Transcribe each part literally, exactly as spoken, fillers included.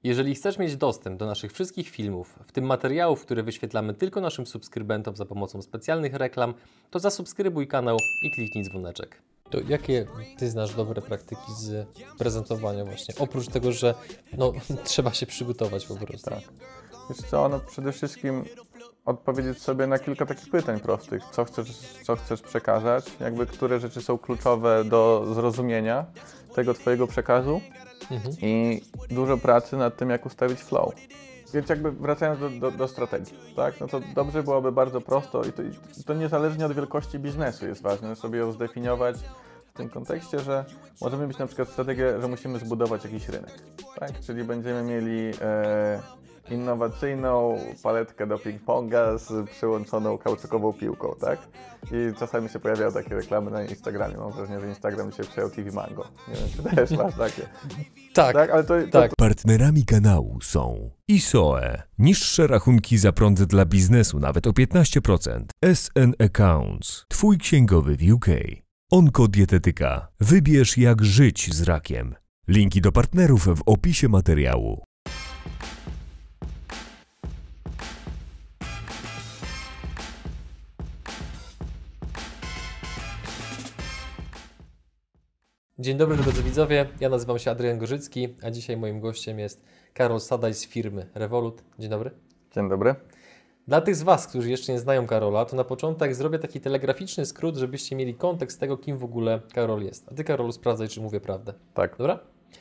Jeżeli chcesz mieć dostęp do naszych wszystkich filmów, w tym materiałów, które wyświetlamy tylko naszym subskrybentom za pomocą specjalnych reklam, to zasubskrybuj kanał i kliknij dzwoneczek. To jakie Ty znasz dobre praktyki z prezentowania właśnie? Oprócz tego, że no, trzeba się przygotować po prostu. Tak. Wiesz co, no przede wszystkim odpowiedzieć sobie na kilka takich pytań prostych. Co chcesz, co chcesz przekazać, jakby które rzeczy są kluczowe do zrozumienia tego Twojego przekazu mhm. i dużo pracy nad tym, jak ustawić flow. Więc jakby wracając do, do, do strategii, tak? No to dobrze byłoby bardzo prosto i to, i to niezależnie od wielkości biznesu jest ważne sobie ją zdefiniować w tym kontekście, że możemy mieć na przykład strategię, że musimy zbudować jakiś rynek, tak? Czyli będziemy mieli e, innowacyjną paletkę do ping-ponga z przyłączoną kauczukową piłką, tak? I czasami się pojawiają takie reklamy na Instagramie. Mam wrażenie, że Instagram dzisiaj przejął T V Mango. Nie wiem, czy też masz takie. Tak, tak, ale to, to, tak. To... Partnerami kanału są I S O E. Niższe rachunki za prąd dla biznesu nawet o piętnaście procent. S N Accounts. Twój księgowy w U K. Onkodietetyka. Wybierz jak żyć z rakiem. Linki do partnerów w opisie materiału. Dzień dobry drodzy widzowie, ja nazywam się Adrian Gorzycki, a dzisiaj moim gościem jest Karol Sadaj z firmy Revolut. Dzień dobry. Dzień dobry. Dla tych z Was, którzy jeszcze nie znają Karola, to na początek zrobię taki telegraficzny skrót, żebyście mieli kontekst tego, kim w ogóle Karol jest. A Ty, Karolu, sprawdzaj, czy mówię prawdę. Tak. Dobra?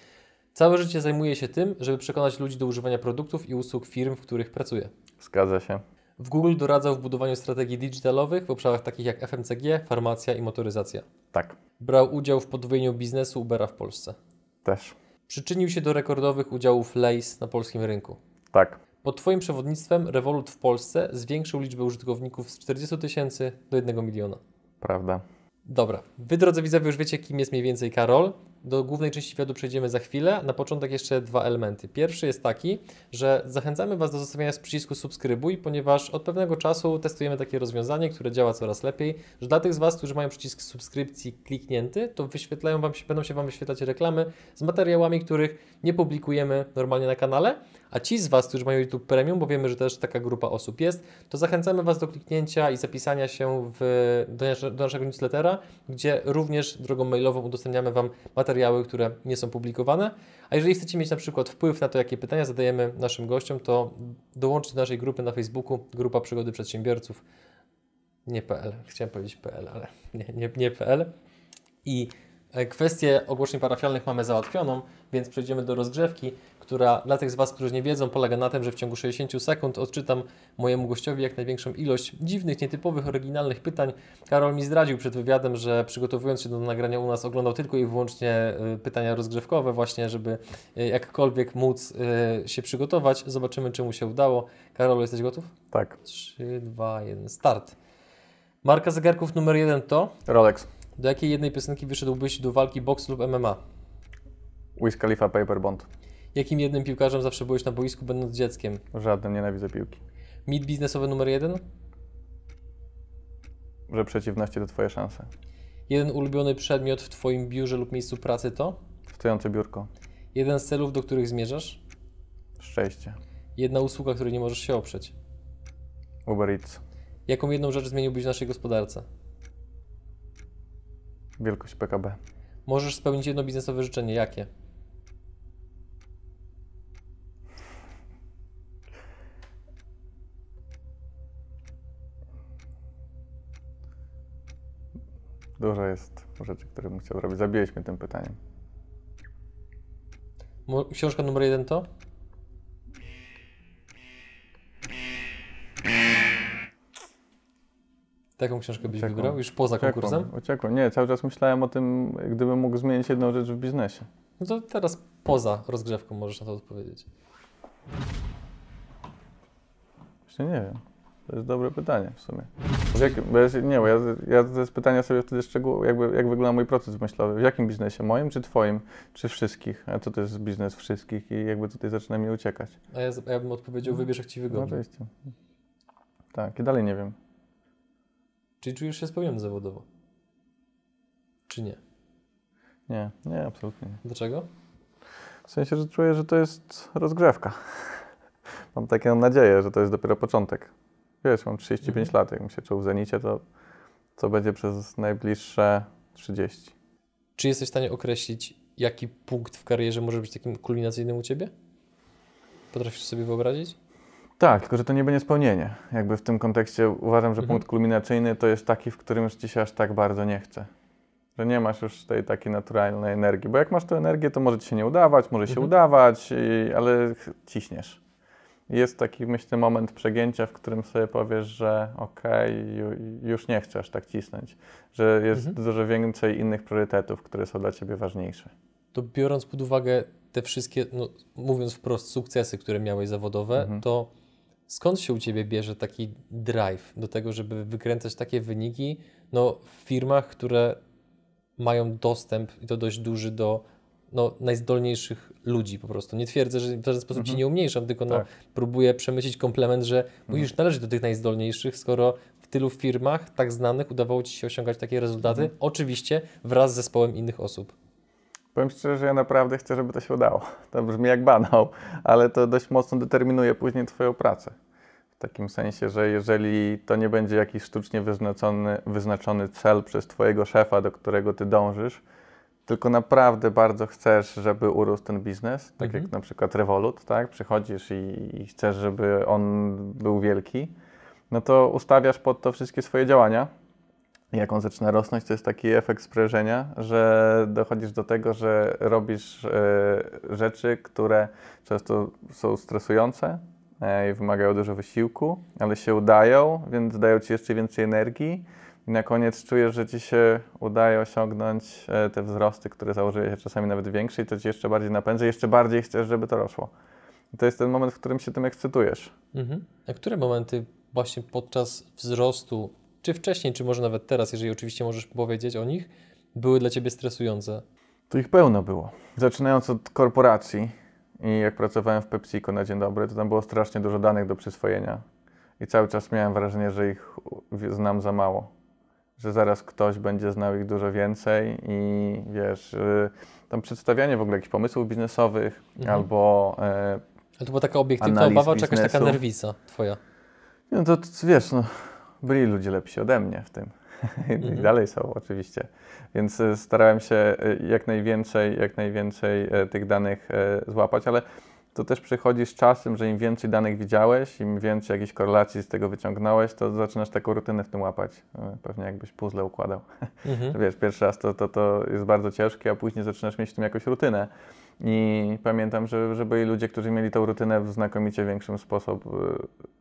Całe życie zajmuję się tym, żeby przekonać ludzi do używania produktów i usług firm, w których pracuję. Zgadza się. W Google doradzał w budowaniu strategii digitalowych w obszarach takich jak F M C G, farmacja i motoryzacja. Tak. Brał udział w podwojeniu biznesu Ubera w Polsce. Też. Przyczynił się do rekordowych udziałów Lays na polskim rynku. Tak. Pod Twoim przewodnictwem Revolut w Polsce zwiększył liczbę użytkowników z czterdziestu tysięcy do jednego miliona. Prawda. Dobra. Wy, drodzy widzowie, już wiecie, kim jest mniej więcej Karol. Do głównej części wywiadu przejdziemy za chwilę. Na początek jeszcze dwa elementy. Pierwszy jest taki, że zachęcamy Was do zostawienia przycisku subskrybuj, ponieważ od pewnego czasu testujemy takie rozwiązanie, które działa coraz lepiej, że dla tych z Was, którzy mają przycisk subskrypcji kliknięty, to wyświetlają wam się, będą się Wam wyświetlać reklamy z materiałami, których nie publikujemy normalnie na kanale, a ci z Was, którzy mają YouTube Premium, bo wiemy, że też taka grupa osób jest, to zachęcamy Was do kliknięcia i zapisania się w, do, nasze, do naszego newslettera, gdzie również drogą mailową udostępniamy Wam materiały, które nie są publikowane. A jeżeli chcecie mieć na przykład wpływ na to, jakie pytania zadajemy naszym gościom, to dołączcie do naszej grupy na Facebooku, Grupa Przygody Przedsiębiorców. Nie .pl, chciałem powiedzieć .pl, ale nie, nie, nie .pl. I kwestię ogłoszeń parafialnych mamy załatwioną, więc przejdziemy do rozgrzewki, która dla tych z Was, którzy nie wiedzą, polega na tym, że w ciągu sześćdziesięciu sekund odczytam mojemu gościowi jak największą ilość dziwnych, nietypowych, oryginalnych pytań. Karol mi zdradził przed wywiadem, że przygotowując się do nagrania u nas oglądał tylko i wyłącznie pytania rozgrzewkowe właśnie, żeby jakkolwiek móc się przygotować. Zobaczymy, czy mu się udało. Karol, jesteś gotów? Tak. trzy, dwa, jeden, start. Marka zegarków numer jeden to? Rolex. Do jakiej jednej piosenki wyszedłbyś do walki boks lub M M A? Wiz Khalifa, Paper Bond. Jakim jednym piłkarzem zawsze byłeś na boisku, będąc dzieckiem? Żadnym, nienawidzę piłki. Mit biznesowy numer jeden? Że przeciwności to Twoje szanse. Jeden ulubiony przedmiot w Twoim biurze lub miejscu pracy to? Stojące biurko. Jeden z celów, do których zmierzasz? Szczęście. Jedna usługa, której nie możesz się oprzeć? Uber Eats. Jaką jedną rzecz zmieniłbyś w naszej gospodarce? Wielkość P K B. Możesz spełnić jedno biznesowe życzenie. Jakie? Dużo jest rzeczy, które bym chciał robić. Zabiłeś mnie tym pytaniem. Mo- książka numer jeden to? Taką książkę byś Uciekłem. wybrał? Już poza Uciekłem. konkursem? Uciekłem. Nie, cały czas myślałem o tym, gdybym mógł zmienić jedną rzecz w biznesie. No to teraz poza rozgrzewką możesz na to odpowiedzieć. Właśnie nie wiem. To jest dobre pytanie w sumie. W jakim, bo ja, się- nie, bo ja, ja to jest pytania sobie wtedy szczegółowo, jakby, jak wygląda mój proces myślowy. W jakim biznesie? Moim czy Twoim? Czy wszystkich? A co to jest biznes wszystkich? I jakby tutaj zaczyna mi uciekać. A ja, a ja bym odpowiedział, wybierz jak Ci No wygodnie. oczywiście. Tak, i dalej nie wiem. Czyli czujesz się spełniony zawodowo? Czy nie? Nie, nie, absolutnie nie. Dlaczego? W sensie, że czuję, że to jest rozgrzewka. Mam taką nadzieję, że to jest dopiero początek. Wiesz, mam trzydzieści pięć Mhm. lat, jakbym się czuł w zenicie, to co będzie przez najbliższe trzydzieści. Czy jesteś w stanie określić, jaki punkt w karierze może być takim kulminacyjnym u Ciebie? Potrafisz sobie wyobrazić? Tak, tylko że to nie będzie spełnienie. Jakby w tym kontekście uważam, że Mhm. punkt kulminacyjny to jest taki, w którym już ci się aż tak bardzo nie chce. Że nie masz już tej takiej naturalnej energii. Bo jak masz tę energię, to może ci się nie udawać, może się Mhm. udawać, i, ale ch- ciśniesz. Jest taki, myślę, moment przegięcia, w którym sobie powiesz, że okej, ju, już nie chcesz tak cisnąć. Że jest Mhm. dużo więcej innych priorytetów, które są dla ciebie ważniejsze. To biorąc pod uwagę te wszystkie, no, mówiąc wprost, sukcesy, które miałeś zawodowe, Mhm. to skąd się u Ciebie bierze taki drive do tego, żeby wykręcać takie wyniki no, w firmach, które mają dostęp, i to dość duży, do no, najzdolniejszych ludzi po prostu. Nie twierdzę, że w żaden sposób Ci Mhm. nie umniejszam, tylko no, Tak. próbuję przemycić komplement, że musisz należeć do tych najzdolniejszych, skoro w tylu firmach tak znanych udawało Ci się osiągać takie rezultaty, Mhm. oczywiście wraz z zespołem innych osób. Powiem szczerze, że ja naprawdę chcę, żeby to się udało. To brzmi jak banał, ale to dość mocno determinuje później twoją pracę. W takim sensie, że jeżeli to nie będzie jakiś sztucznie wyznaczony, wyznaczony cel przez twojego szefa, do którego ty dążysz, tylko naprawdę bardzo chcesz, żeby urósł ten biznes, tak Mhm. jak na przykład Revolut, tak? Przychodzisz i, i chcesz, żeby on był wielki, no to ustawiasz pod to wszystkie swoje działania. I jak on zaczyna rosnąć, to jest taki efekt sprężenia, że dochodzisz do tego, że robisz e, rzeczy, które często są stresujące e, i wymagają dużo wysiłku, ale się udają, więc dają ci jeszcze więcej energii. I na koniec czujesz, że ci się udaje osiągnąć e, te wzrosty, które założyłeś, a czasami nawet większe, i to ci jeszcze bardziej napędza, jeszcze bardziej chcesz, żeby to rosło. I to jest ten moment, w którym się tym ekscytujesz. Mhm. A które momenty właśnie podczas wzrostu, czy wcześniej, czy może nawet teraz, jeżeli oczywiście możesz powiedzieć o nich, były dla Ciebie stresujące? To ich pełno było. Zaczynając od korporacji i jak pracowałem w PepsiCo na dzień dobry, to tam było strasznie dużo danych do przyswojenia. I cały czas miałem wrażenie, że ich znam za mało. Że zaraz ktoś będzie znał ich dużo więcej i wiesz, y, tam przedstawianie w ogóle jakichś pomysłów biznesowych Mhm. albo e, Ale to była taka obiektywna Analiz obawa, czy jakaś taka biznesu. nerwica Twoja? no to, to wiesz, no, byli ludzie lepsi ode mnie w tym. I Mhm. dalej są oczywiście. Więc y, starałem się y, jak najwięcej, jak najwięcej y, tych danych y, złapać, ale to też przychodzi z czasem, że im więcej danych widziałeś, im więcej jakichś korelacji z tego wyciągnąłeś, to zaczynasz taką rutynę w tym łapać. Y, Pewnie jakbyś puzzle układał. Mhm. Wiesz, pierwszy raz to, to, to jest bardzo ciężkie, a później zaczynasz mieć w tym jakąś rutynę. I pamiętam, że, że byli ludzie, którzy mieli tą rutynę w znakomicie większym sposób y,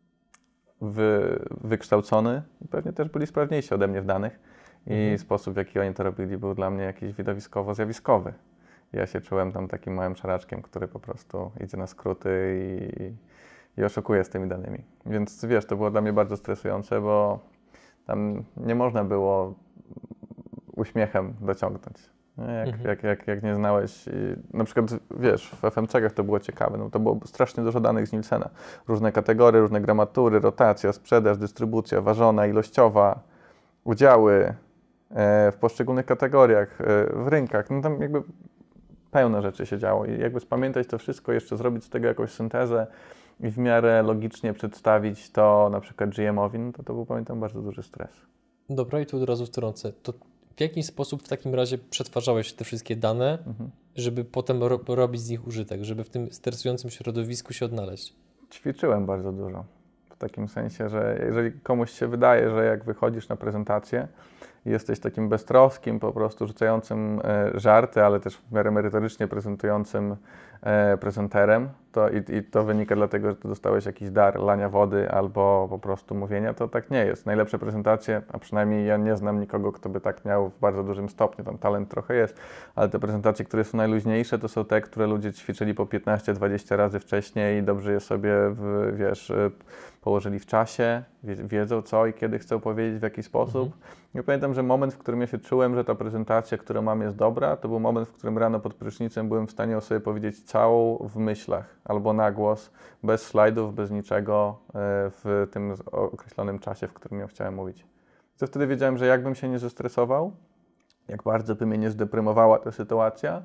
wy, wykształcony i pewnie też byli sprawniejsi ode mnie w danych. I Mhm. sposób, w jaki oni to robili, był dla mnie jakiś widowiskowo-zjawiskowy. Ja się czułem tam takim małym szaraczkiem, który po prostu idzie na skróty i, i oszukuje z tymi danymi. Więc wiesz, to było dla mnie bardzo stresujące, bo tam nie można było uśmiechem dociągnąć. Nie? Jak, Mhm. jak, jak, jak nie znałeś, i, na przykład wiesz, w F M C ach to było ciekawe, no to było strasznie dużo danych z Nielsena. Różne kategorie, różne gramatury, rotacja, sprzedaż, dystrybucja, ważona, ilościowa, udziały e, w poszczególnych kategoriach, e, w rynkach, no tam jakby pełno rzeczy się działo i jakby spamiętać to wszystko, jeszcze zrobić z tego jakąś syntezę i w miarę logicznie przedstawić to na przykład G M-owi, no to to był, pamiętam, bardzo duży stres. Dobra, i tu od razu wtrącę. To w jaki sposób w takim razie przetwarzałeś te wszystkie dane, Mhm. żeby potem ro robić z nich użytek, żeby w tym stresującym środowisku się odnaleźć? Ćwiczyłem bardzo dużo. W takim sensie, że jeżeli komuś się wydaje, że jak wychodzisz na prezentację i jesteś takim beztroskim, po prostu rzucającym e, żarty, ale też w miarę merytorycznie prezentującym e, prezenterem, to i, i to wynika dlatego, że ty dostałeś jakiś dar lania wody albo po prostu mówienia, to tak nie jest. Najlepsze prezentacje, a przynajmniej ja nie znam nikogo, kto by tak miał w bardzo dużym stopniu, tam talent trochę jest, ale te prezentacje, które są najluźniejsze, to są te, które ludzie ćwiczyli po piętnaście dwadzieścia razy wcześniej i dobrze je sobie, w, wiesz, y, położyli w czasie, wie, wiedzą co i kiedy chcą powiedzieć, w jaki sposób. Mhm. Ja pamiętam, że moment, w którym ja się czułem, że ta prezentacja, którą mam, jest dobra, to był moment, w którym rano pod prysznicem byłem w stanie o sobie powiedzieć całą w myślach albo na głos, bez slajdów, bez niczego, y, w tym określonym czasie, w którym ja chciałem mówić. To wtedy wiedziałem, że jakbym się nie zestresował, jak bardzo by mnie nie zdeprymowała ta sytuacja,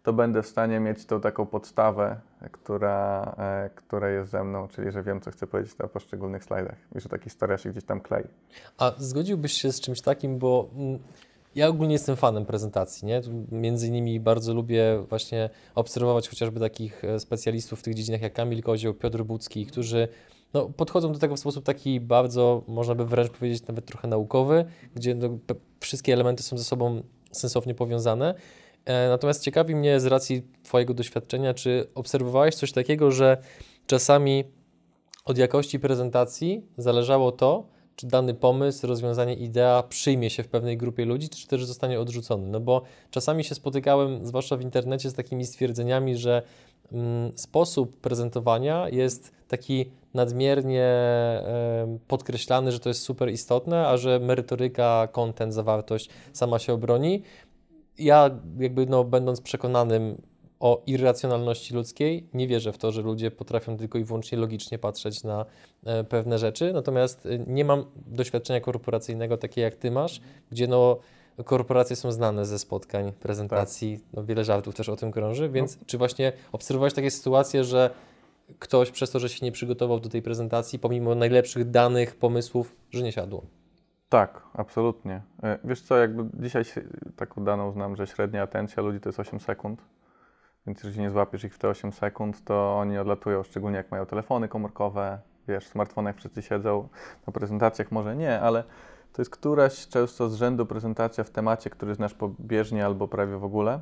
to będę w stanie mieć tą taką podstawę, która, e, która jest ze mną, czyli że wiem, co chcę powiedzieć na poszczególnych slajdach i że ta historia się gdzieś tam klei. A zgodziłbyś się z czymś takim, bo mm, ja ogólnie jestem fanem prezentacji, nie? Tu między innymi bardzo lubię właśnie obserwować chociażby takich e, specjalistów w tych dziedzinach jak Kamil Kozioł, Piotr Budzki, którzy no, podchodzą do tego w sposób taki bardzo, można by wręcz powiedzieć, nawet trochę naukowy, gdzie no, pe- wszystkie elementy są ze sobą sensownie powiązane. E, natomiast ciekawi mnie z racji Twojego doświadczenia, czy obserwowałeś coś takiego, że czasami od jakości prezentacji zależało to, czy dany pomysł, rozwiązanie, idea przyjmie się w pewnej grupie ludzi, czy też zostanie odrzucony. No bo czasami się spotykałem, zwłaszcza w internecie, z takimi stwierdzeniami, że mm, sposób prezentowania jest taki nadmiernie e, podkreślany, że to jest super istotne, a że merytoryka, content, zawartość sama się obroni. Ja jakby no, będąc przekonanym o irracjonalności ludzkiej, nie wierzę w to, że ludzie potrafią tylko i wyłącznie logicznie patrzeć na e, pewne rzeczy, natomiast e, nie mam doświadczenia korporacyjnego takie jak Ty masz, gdzie no korporacje są znane ze spotkań, prezentacji, tak. No, wiele żartów też o tym krąży, więc no. Czy właśnie obserwowałeś takie sytuacje, że ktoś przez to, że się nie przygotował do tej prezentacji, pomimo najlepszych danych, pomysłów, że nie siadło? Tak, absolutnie. Wiesz co, jakby dzisiaj taką daną znam, że średnia atencja ludzi to jest osiem sekund. Więc jeżeli nie złapiesz ich w te osiem sekund, to oni odlatują, szczególnie jak mają telefony komórkowe, wiesz, w smartfonach wszyscy siedzą, na prezentacjach może nie, ale to jest któraś często z rzędu prezentacja w temacie, który znasz pobieżnie albo prawie w ogóle.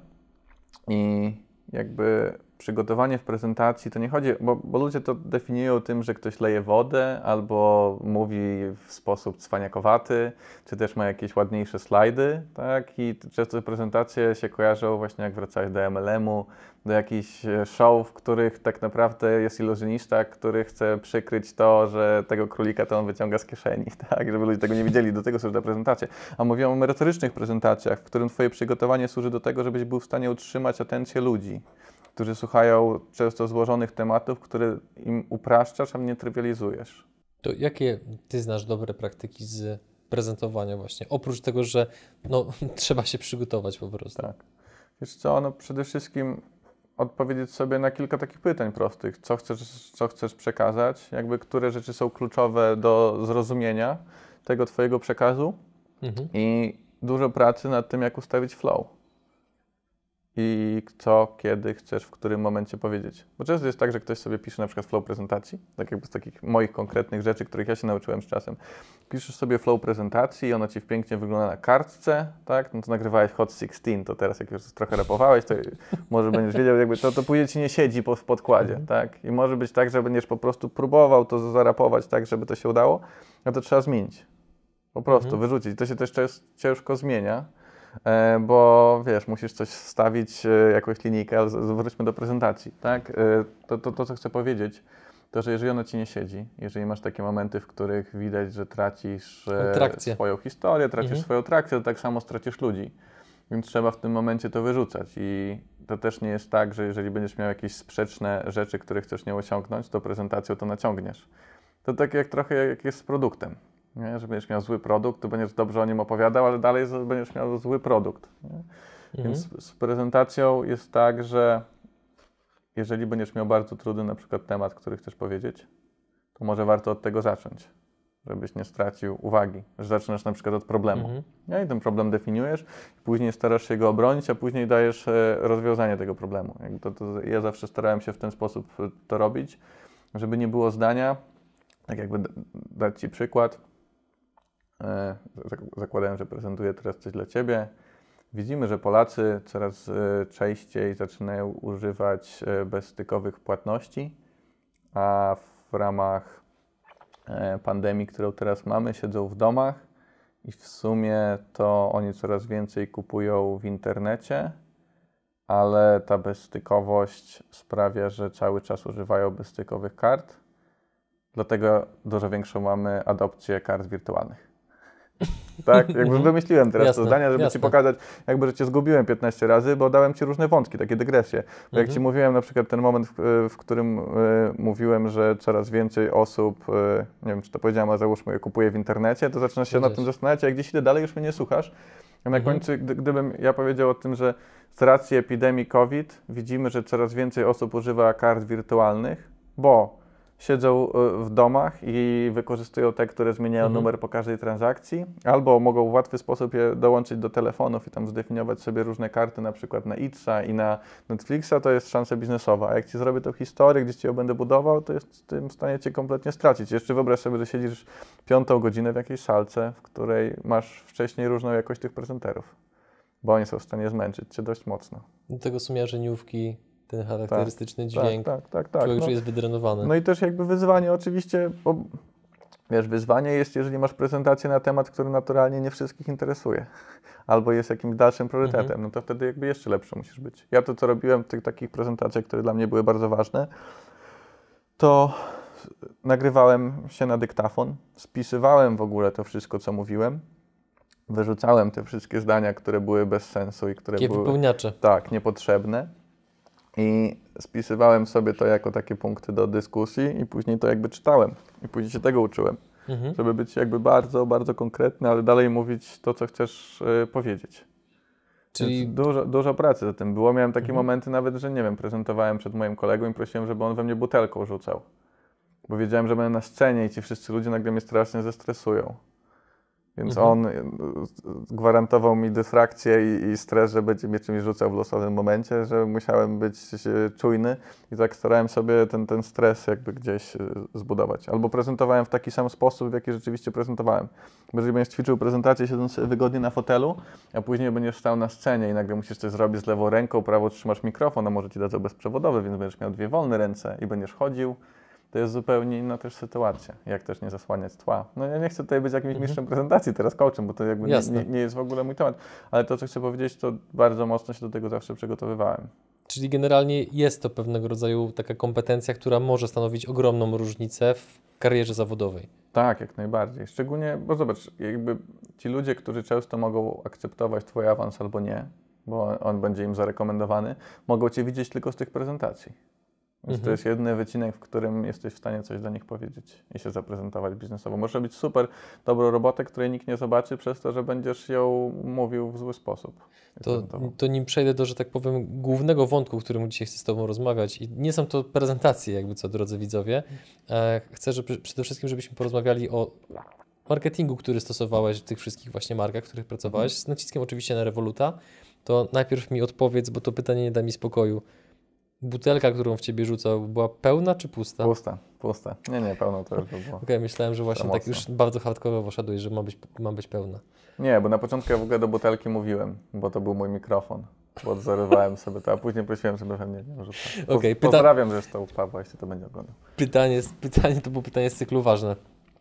I jakby przygotowanie w prezentacji to nie chodzi, bo, bo ludzie to definiują tym, że ktoś leje wodę albo mówi w sposób cwaniakowaty, czy też ma jakieś ładniejsze slajdy, tak? I często prezentacje się kojarzą właśnie jak wracałeś do M L M-u, do jakichś show, w których tak naprawdę jest iluzjonista, który chce przykryć to, że tego królika to on wyciąga z kieszeni, tak? Żeby ludzie tego nie widzieli, do tego służy ta prezentacja. A mówią o merytorycznych prezentacjach, w którym twoje przygotowanie służy do tego, żebyś był w stanie utrzymać atencję ludzi, którzy słuchają często złożonych tematów, które im upraszczasz, a nie trywializujesz. To jakie Ty znasz dobre praktyki z prezentowania właśnie? Oprócz tego, że no, trzeba się przygotować po prostu. Tak. Wiesz co, no przede wszystkim odpowiedzieć sobie na kilka takich pytań prostych. Co chcesz, co chcesz przekazać? Jakby które rzeczy są kluczowe do zrozumienia tego twojego przekazu mhm. i dużo pracy nad tym, jak ustawić flow. I co, kiedy chcesz, w którym momencie powiedzieć. Bo często jest tak, że ktoś sobie pisze na przykład flow prezentacji, tak jakby z takich moich konkretnych rzeczy, których ja się nauczyłem z czasem. Piszesz sobie flow prezentacji i ona ci pięknie wygląda na kartce, tak? No to nagrywałeś Hot szesnaście, to teraz jak już trochę rapowałeś, to może będziesz wiedział, jakby to, to później ci nie siedzi po, w podkładzie, mhm. tak? I może być tak, że będziesz po prostu próbował to zarapować tak, żeby to się udało, a to trzeba zmienić. Po prostu mhm. wyrzucić. To się też ciężko zmienia. Bo wiesz, musisz coś wstawić, jakąś linijkę, ale wróćmy do prezentacji, tak? To, to, to, co chcę powiedzieć, to, że jeżeli ona ci nie siedzi, jeżeli masz takie momenty, w których widać, że tracisz trakcję. swoją historię, tracisz mhm. swoją trakcję, to tak samo stracisz ludzi, więc trzeba w tym momencie to wyrzucać i to też nie jest tak, że jeżeli będziesz miał jakieś sprzeczne rzeczy, które chcesz nie osiągnąć, to prezentacją to naciągniesz. To tak jak trochę jak jest z produktem. Nie? Że będziesz miał zły produkt, to będziesz dobrze o nim opowiadał, ale dalej będziesz miał zły produkt. Mhm. Więc z prezentacją jest tak, że jeżeli będziesz miał bardzo trudny na przykład temat, który chcesz powiedzieć, to może warto od tego zacząć, żebyś nie stracił uwagi, że zaczynasz na przykład od problemu. Mhm. Nie? I ten problem definiujesz, później starasz się go obronić, a później dajesz rozwiązanie tego problemu. Jakby to, to ja zawsze starałem się w ten sposób to robić, żeby nie było zdania, tak jakby dać ci przykład. Zakładałem, że prezentuję teraz coś dla Ciebie. Widzimy, że Polacy coraz częściej zaczynają używać bezstykowych płatności, a w ramach pandemii, którą teraz mamy, siedzą w domach i w sumie to oni coraz więcej kupują w internecie, ale ta bezstykowość sprawia, że cały czas używają bezstykowych kart, dlatego dużo większą mamy adopcję kart wirtualnych. Tak, jakby wymyśliłem teraz jasne, to zdania, żeby jasne. Ci pokazać, jakby, że Cię zgubiłem piętnaście razy, bo dałem Ci różne wątki, takie dygresje. Bo jak mhm. Ci mówiłem, na przykład ten moment, w, w którym y, mówiłem, że coraz więcej osób, y, nie wiem, czy to powiedziałem, ale załóżmy, kupuje w internecie, to zaczynasz się nad tym zastanawiać, a jak gdzieś idę dalej, już mnie nie słuchasz, A na Mhm. końcu, gdy, gdybym ja powiedział o tym, że z racji epidemii COVID widzimy, że coraz więcej osób używa kart wirtualnych, bo siedzą y, w domach i wykorzystują te, które zmieniają Mhm. numer po każdej transakcji, albo mogą w łatwy sposób je dołączyć do telefonów i tam zdefiniować sobie różne karty, na przykład na Itcha i na Netflixa, to jest szansa biznesowa. A jak Ci zrobię tą historię, gdzieś Ci ją będę budował, to jest w tym w stanie Cię kompletnie stracić. Jeszcze wyobraź sobie, że siedzisz piątą godzinę w jakiejś salce, w której masz wcześniej różną jakość tych prezenterów, bo oni są w stanie zmęczyć Cię dość mocno. Do tego są miażdżeniówki, ten charakterystyczny dźwięk. Tak, tak, tak. tak. Człowiek No. już jest wydrenowany. No i też jakby wyzwanie oczywiście, bo wiesz, wyzwanie jest, jeżeli masz prezentację na temat, który naturalnie nie wszystkich interesuje, albo jest jakimś dalszym priorytetem, Mhm. no to wtedy jakby jeszcze lepszy musisz być. Ja to, co robiłem w tych takich prezentacjach, które dla mnie były bardzo ważne, to nagrywałem się na dyktafon, spisywałem w ogóle to wszystko, co mówiłem, wyrzucałem te wszystkie zdania, które były bez sensu i które Takie były wypełniacze. tak, niepotrzebne. I spisywałem sobie to jako takie punkty do dyskusji i później to jakby czytałem. I później się tego uczyłem, Mhm. żeby być jakby bardzo, bardzo konkretny, ale dalej mówić to, co chcesz y, powiedzieć. Czyli Więc dużo, dużo pracy za tym było. Miałem takie Mhm. momenty nawet, że nie wiem, prezentowałem przed moim kolegą i prosiłem, żeby on we mnie butelką rzucał. Bo wiedziałem, że będę na scenie i ci wszyscy ludzie nagle mnie strasznie zestresują. Więc Mhm. on y, gwarantował mi dysfrakcję i, i stres, że będzie mnie czymś rzucał w losowym momencie, że musiałem być y, czujny i tak starałem sobie ten, ten stres jakby gdzieś y, zbudować. Albo prezentowałem w taki sam sposób, w jaki rzeczywiście prezentowałem. Bo jeżeli będziesz ćwiczył prezentację siedząc sobie wygodnie na fotelu, a później będziesz stał na scenie i nagle musisz coś zrobić z lewą ręką, prawo trzymasz mikrofon, a może ci dadzą bezprzewodowy, więc będziesz miał dwie wolne ręce i będziesz chodził. To jest zupełnie inna też sytuacja, jak też nie zasłaniać tła. No ja nie chcę tutaj być jakimś Mhm. mistrzem prezentacji, teraz coachem, bo to jakby nie, Jasne. nie, nie jest w ogóle mój temat. Ale to, co chcę powiedzieć, to bardzo mocno się do tego zawsze przygotowywałem. Czyli generalnie jest to pewnego rodzaju taka kompetencja, która może stanowić ogromną różnicę w karierze zawodowej. Tak, jak najbardziej. Szczególnie, bo zobacz, jakby ci ludzie, którzy często mogą akceptować twój awans albo nie, bo on będzie im zarekomendowany, mogą cię widzieć tylko z tych prezentacji. Więc Mhm. to jest jedyny wycinek, w którym jesteś w stanie coś dla nich powiedzieć i się zaprezentować biznesowo. Możesz robić super dobrą robotę, której nikt nie zobaczy przez to, że będziesz ją mówił w zły sposób. i To, prezentował. to nim przejdę do, że tak powiem, głównego wątku, o którym dzisiaj chcę z Tobą rozmawiać. I nie są to prezentacje, jakby co, drodzy widzowie. E, chcę, żeby przede wszystkim, żebyśmy porozmawiali o marketingu, który stosowałeś w tych wszystkich właśnie markach, w których pracowałeś, z naciskiem oczywiście na Revoluta. To najpierw mi odpowiedz, bo to pytanie nie da mi spokoju. Butelka, którą w Ciebie rzucał, była pełna czy pusta? Pusta, pusta. Nie, nie, pełno to już by było. Okej, myślałem, że właśnie Za tak mocno. już bardzo hardkorowo szedłeś, że ma być, ma być pełna. Nie, bo na początku ja w ogóle do butelki mówiłem, bo to był mój mikrofon. Bo odzorowałem sobie to, a później prosiłem, żeby we mnie nie rzucał. Po, Okej, pyta- Pozdrawiam zresztą Pawła, jeśli to będzie oglądał. Pytanie, pytanie to było pytanie z cyklu ważne.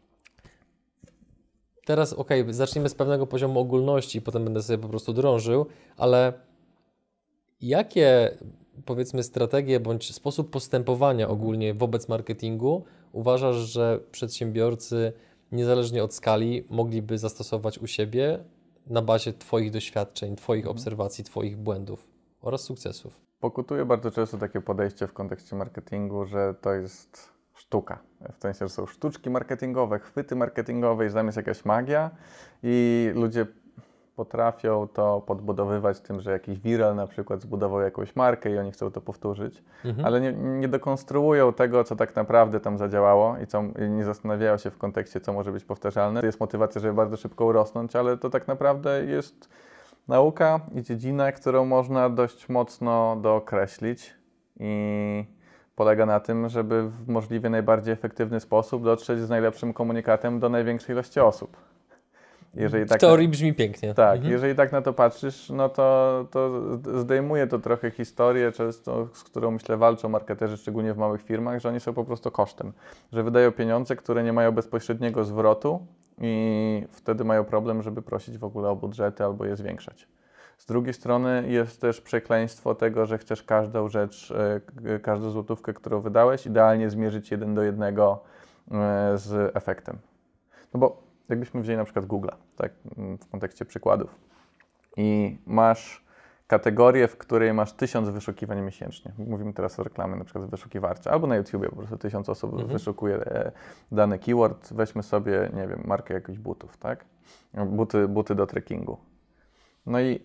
Teraz okej, zaczniemy z pewnego poziomu ogólności, potem będę sobie po prostu drążył, ale jakie, powiedzmy, strategie bądź sposób postępowania ogólnie wobec marketingu uważasz, że przedsiębiorcy niezależnie od skali mogliby zastosować u siebie na bazie Twoich doświadczeń, Twoich obserwacji, Twoich błędów oraz sukcesów? Pokutuje bardzo często takie podejście w kontekście marketingu, że to jest sztuka. W sensie, że są sztuczki marketingowe, chwyty marketingowe i że tam jest jakaś magia i ludzie potrafią to podbudowywać tym, że jakiś viral na przykład zbudował jakąś markę i oni chcą to powtórzyć, Mhm. ale nie, nie dekonstruują tego, co tak naprawdę tam zadziałało i, co, i nie zastanawiają się w kontekście, co może być powtarzalne. To jest motywacja, żeby bardzo szybko urosnąć, ale to tak naprawdę jest nauka i dziedzina, którą można dość mocno dookreślić i polega na tym, żeby w możliwie najbardziej efektywny sposób dotrzeć z najlepszym komunikatem do największej ilości osób. Jeżeli W tak teorii brzmi pięknie. tak, Mhm. jeżeli tak na to patrzysz, no to, to zdejmuje to trochę historię, często, z którą myślę walczą marketerzy, szczególnie w małych firmach, że oni są po prostu kosztem. Że wydają pieniądze, które nie mają bezpośredniego zwrotu i wtedy mają problem, żeby prosić w ogóle o budżety albo je zwiększać. Z drugiej strony jest też przekleństwo tego, że chcesz każdą rzecz, e, każdą złotówkę, którą wydałeś, idealnie zmierzyć jeden do jednego e, z efektem. No bo jakbyśmy wzięli na przykład Google'a, tak, w kontekście przykładów i masz kategorię, w której masz tysiąc wyszukiwań miesięcznie. Mówimy teraz o reklamie na przykład w wyszukiwarce, albo na YouTubie po prostu tysiąc osób Mhm. wyszukuje e, dany keyword. Weźmy sobie, nie wiem, markę jakichś butów, tak? Buty, buty do trekkingu. No i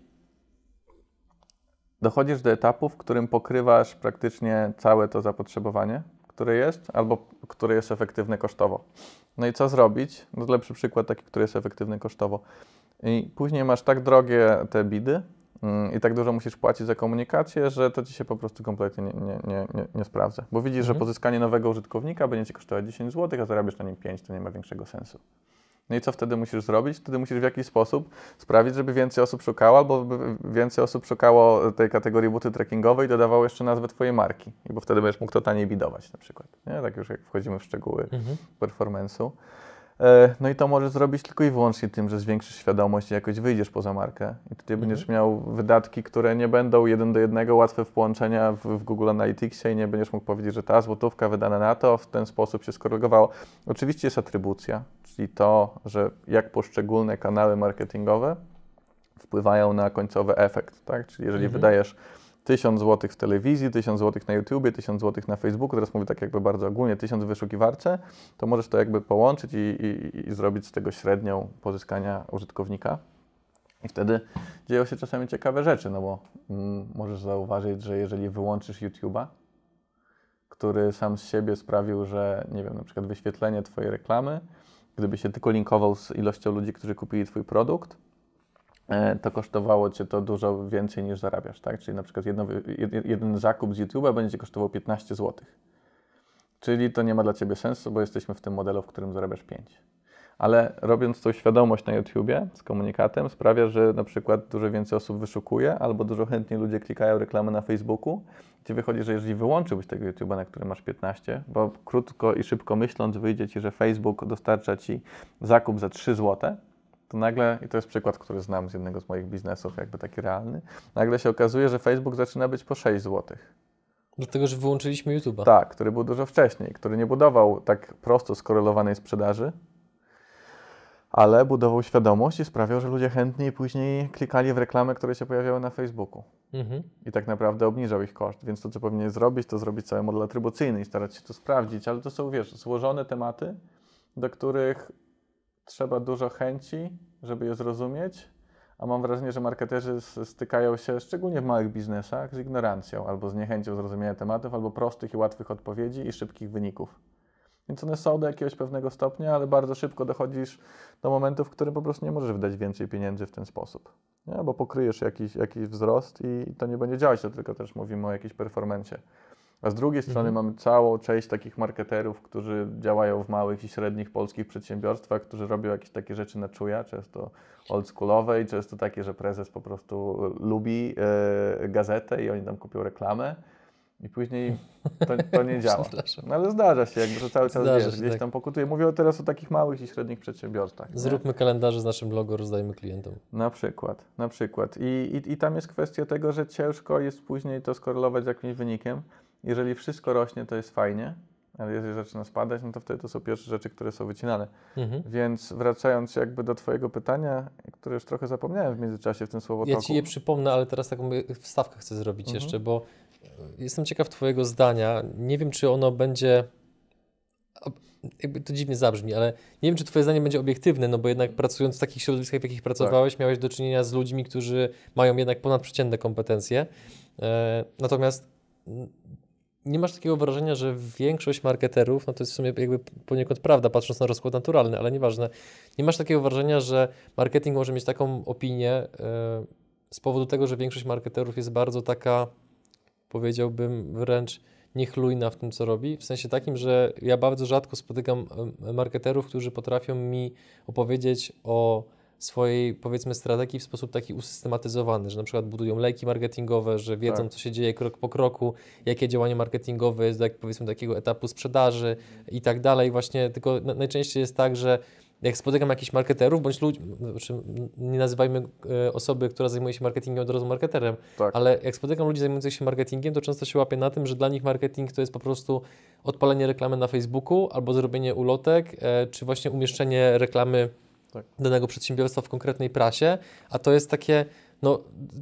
dochodzisz do etapu, w którym pokrywasz praktycznie całe to zapotrzebowanie, które jest, albo które jest efektywne kosztowo. No i co zrobić? No lepszy przykład taki, który jest efektywny kosztowo. I później masz tak drogie te bidy mm, i tak dużo musisz płacić za komunikację, że to ci się po prostu kompletnie nie, nie, nie, nie, nie sprawdza. Bo widzisz, Mhm. że pozyskanie nowego użytkownika będzie ci kosztować dziesięć złotych, a zarabiasz na nim pięć, to nie ma większego sensu. No i co wtedy musisz zrobić? Wtedy musisz w jakiś sposób sprawić, żeby więcej osób szukało, albo by więcej osób szukało tej kategorii buty trekkingowej i dodawało jeszcze nazwę twojej marki. I bo wtedy będziesz mógł to taniej bidować na przykład. Nie? Tak już jak wchodzimy w szczegóły Mhm. performance'u. E, No i to możesz zrobić tylko i wyłącznie tym, że zwiększysz świadomość i jakoś wyjdziesz poza markę. I wtedy Mhm. będziesz miał wydatki, które nie będą jeden do jednego łatwe w połączenia w, w Google Analyticsie i nie będziesz mógł powiedzieć, że ta złotówka wydana na to w ten sposób się skorygowało. Oczywiście jest atrybucja, czyli to, że jak poszczególne kanały marketingowe wpływają na końcowy efekt, tak? Czyli jeżeli Mhm. wydajesz tysiąc złotych w telewizji, tysiąc złotych na YouTubie, tysiąc złotych na Facebooku, teraz mówię tak jakby bardzo ogólnie, tysiąc w wyszukiwarce, to możesz to jakby połączyć i, i, i zrobić z tego średnią pozyskania użytkownika. I wtedy dzieją się czasami ciekawe rzeczy, no bo mm, możesz zauważyć, że jeżeli wyłączysz YouTube'a, który sam z siebie sprawił, że nie wiem, na przykład wyświetlenie twojej reklamy, gdyby się tylko linkował z ilością ludzi, którzy kupili twój produkt, to kosztowało cię to dużo więcej niż zarabiasz, tak? Czyli na przykład jedno, jeden zakup z YouTube'a będzie cię kosztował piętnaście złotych. Czyli to nie ma dla ciebie sensu, bo jesteśmy w tym modelu, w którym zarabiasz pięć. Ale robiąc tą świadomość na YouTubie z komunikatem sprawia, że na przykład dużo więcej osób wyszukuje albo dużo chętniej ludzie klikają reklamy na Facebooku, gdzie wychodzi, że jeżeli wyłączyłbyś tego YouTube'a, na którym masz piętnaście, bo krótko i szybko myśląc wyjdzie ci, że Facebook dostarcza ci zakup za trzy złote, to nagle, i to jest przykład, który znam z jednego z moich biznesów, jakby taki realny, nagle się okazuje, że Facebook zaczyna być po sześć złotych. Dlatego, że wyłączyliśmy YouTube'a. Tak, który był dużo wcześniej, który nie budował tak prosto skorelowanej sprzedaży, ale budował świadomość i sprawiał, że ludzie chętniej później klikali w reklamy, które się pojawiały na Facebooku. Mhm. I tak naprawdę obniżał ich koszt. Więc to, co powinien zrobić, to zrobić cały model atrybucyjny i starać się to sprawdzić. Ale to są, wiesz, złożone tematy, do których trzeba dużo chęci, żeby je zrozumieć, a mam wrażenie, że marketerzy stykają się, szczególnie w małych biznesach, z ignorancją albo z niechęcią zrozumienia tematów, albo prostych i łatwych odpowiedzi i szybkich wyników. Więc one są do jakiegoś pewnego stopnia, ale bardzo szybko dochodzisz do momentu, w którym po prostu nie możesz wydać więcej pieniędzy w ten sposób. Nie? Bo pokryjesz jakiś, jakiś wzrost i to nie będzie działać, to tylko też mówimy o jakimś performancie. A z drugiej strony Mhm. mamy całą część takich marketerów, którzy działają w małych i średnich polskich przedsiębiorstwach, którzy robią jakieś takie rzeczy na czuja, często oldschoolowe i często takie, że prezes po prostu lubi e, gazetę i oni tam kupią reklamę i później to, to nie działa. No ale zdarza się, jakby to cały czas Zdarza wiesz, się, gdzieś tak. tam pokutuje. Mówię teraz o takich małych i średnich przedsiębiorstwach. nie? Zróbmy kalendarze z naszym logo, rozdajmy klientom. Na przykład, na przykład. I, i, I tam jest kwestia tego, że ciężko jest później to skorelować z jakimś wynikiem. Jeżeli wszystko rośnie, to jest fajnie, ale jeżeli zaczyna spadać, no to wtedy to są pierwsze rzeczy, które są wycinane. Mhm. Więc wracając jakby do twojego pytania, które już trochę zapomniałem w międzyczasie w tym słowotoku. Ja Ci je przypomnę, ale teraz taką wstawkę chcę zrobić Mhm. jeszcze, bo jestem ciekaw Twojego zdania. Nie wiem, czy ono będzie... Jakby to dziwnie zabrzmi, ale nie wiem, czy Twoje zdanie będzie obiektywne, no bo jednak pracując w takich środowiskach, w jakich pracowałeś, miałeś do czynienia z ludźmi, którzy mają jednak ponadprzeciętne kompetencje. E, natomiast nie masz takiego wrażenia, że większość marketerów, no to jest w sumie jakby poniekąd prawda, patrząc na rozkład naturalny, ale nieważne, nie masz takiego wrażenia, że marketing może mieć taką opinię e, z powodu tego, że większość marketerów jest bardzo taka, powiedziałbym wręcz niechlujna w tym, co robi, w sensie takim, że ja bardzo rzadko spotykam e, marketerów, którzy potrafią mi opowiedzieć o swojej, powiedzmy, strategii w sposób taki usystematyzowany, że na przykład budują lejki marketingowe, że wiedzą, Tak. co się dzieje krok po kroku, jakie działanie marketingowe jest do, jak powiedzmy, takiego etapu sprzedaży i tak dalej. Właśnie tylko na, najczęściej jest tak, że jak spotykam jakichś marketerów, bądź ludzi, znaczy nie nazywajmy e, osoby, która zajmuje się marketingiem od razu marketerem, Tak. ale jak spotykam ludzi zajmujących się marketingiem, to często się łapię na tym, że dla nich marketing to jest po prostu odpalenie reklamy na Facebooku albo zrobienie ulotek, e, czy właśnie umieszczenie reklamy Tak. danego przedsiębiorstwa w konkretnej prasie, a to jest takie, no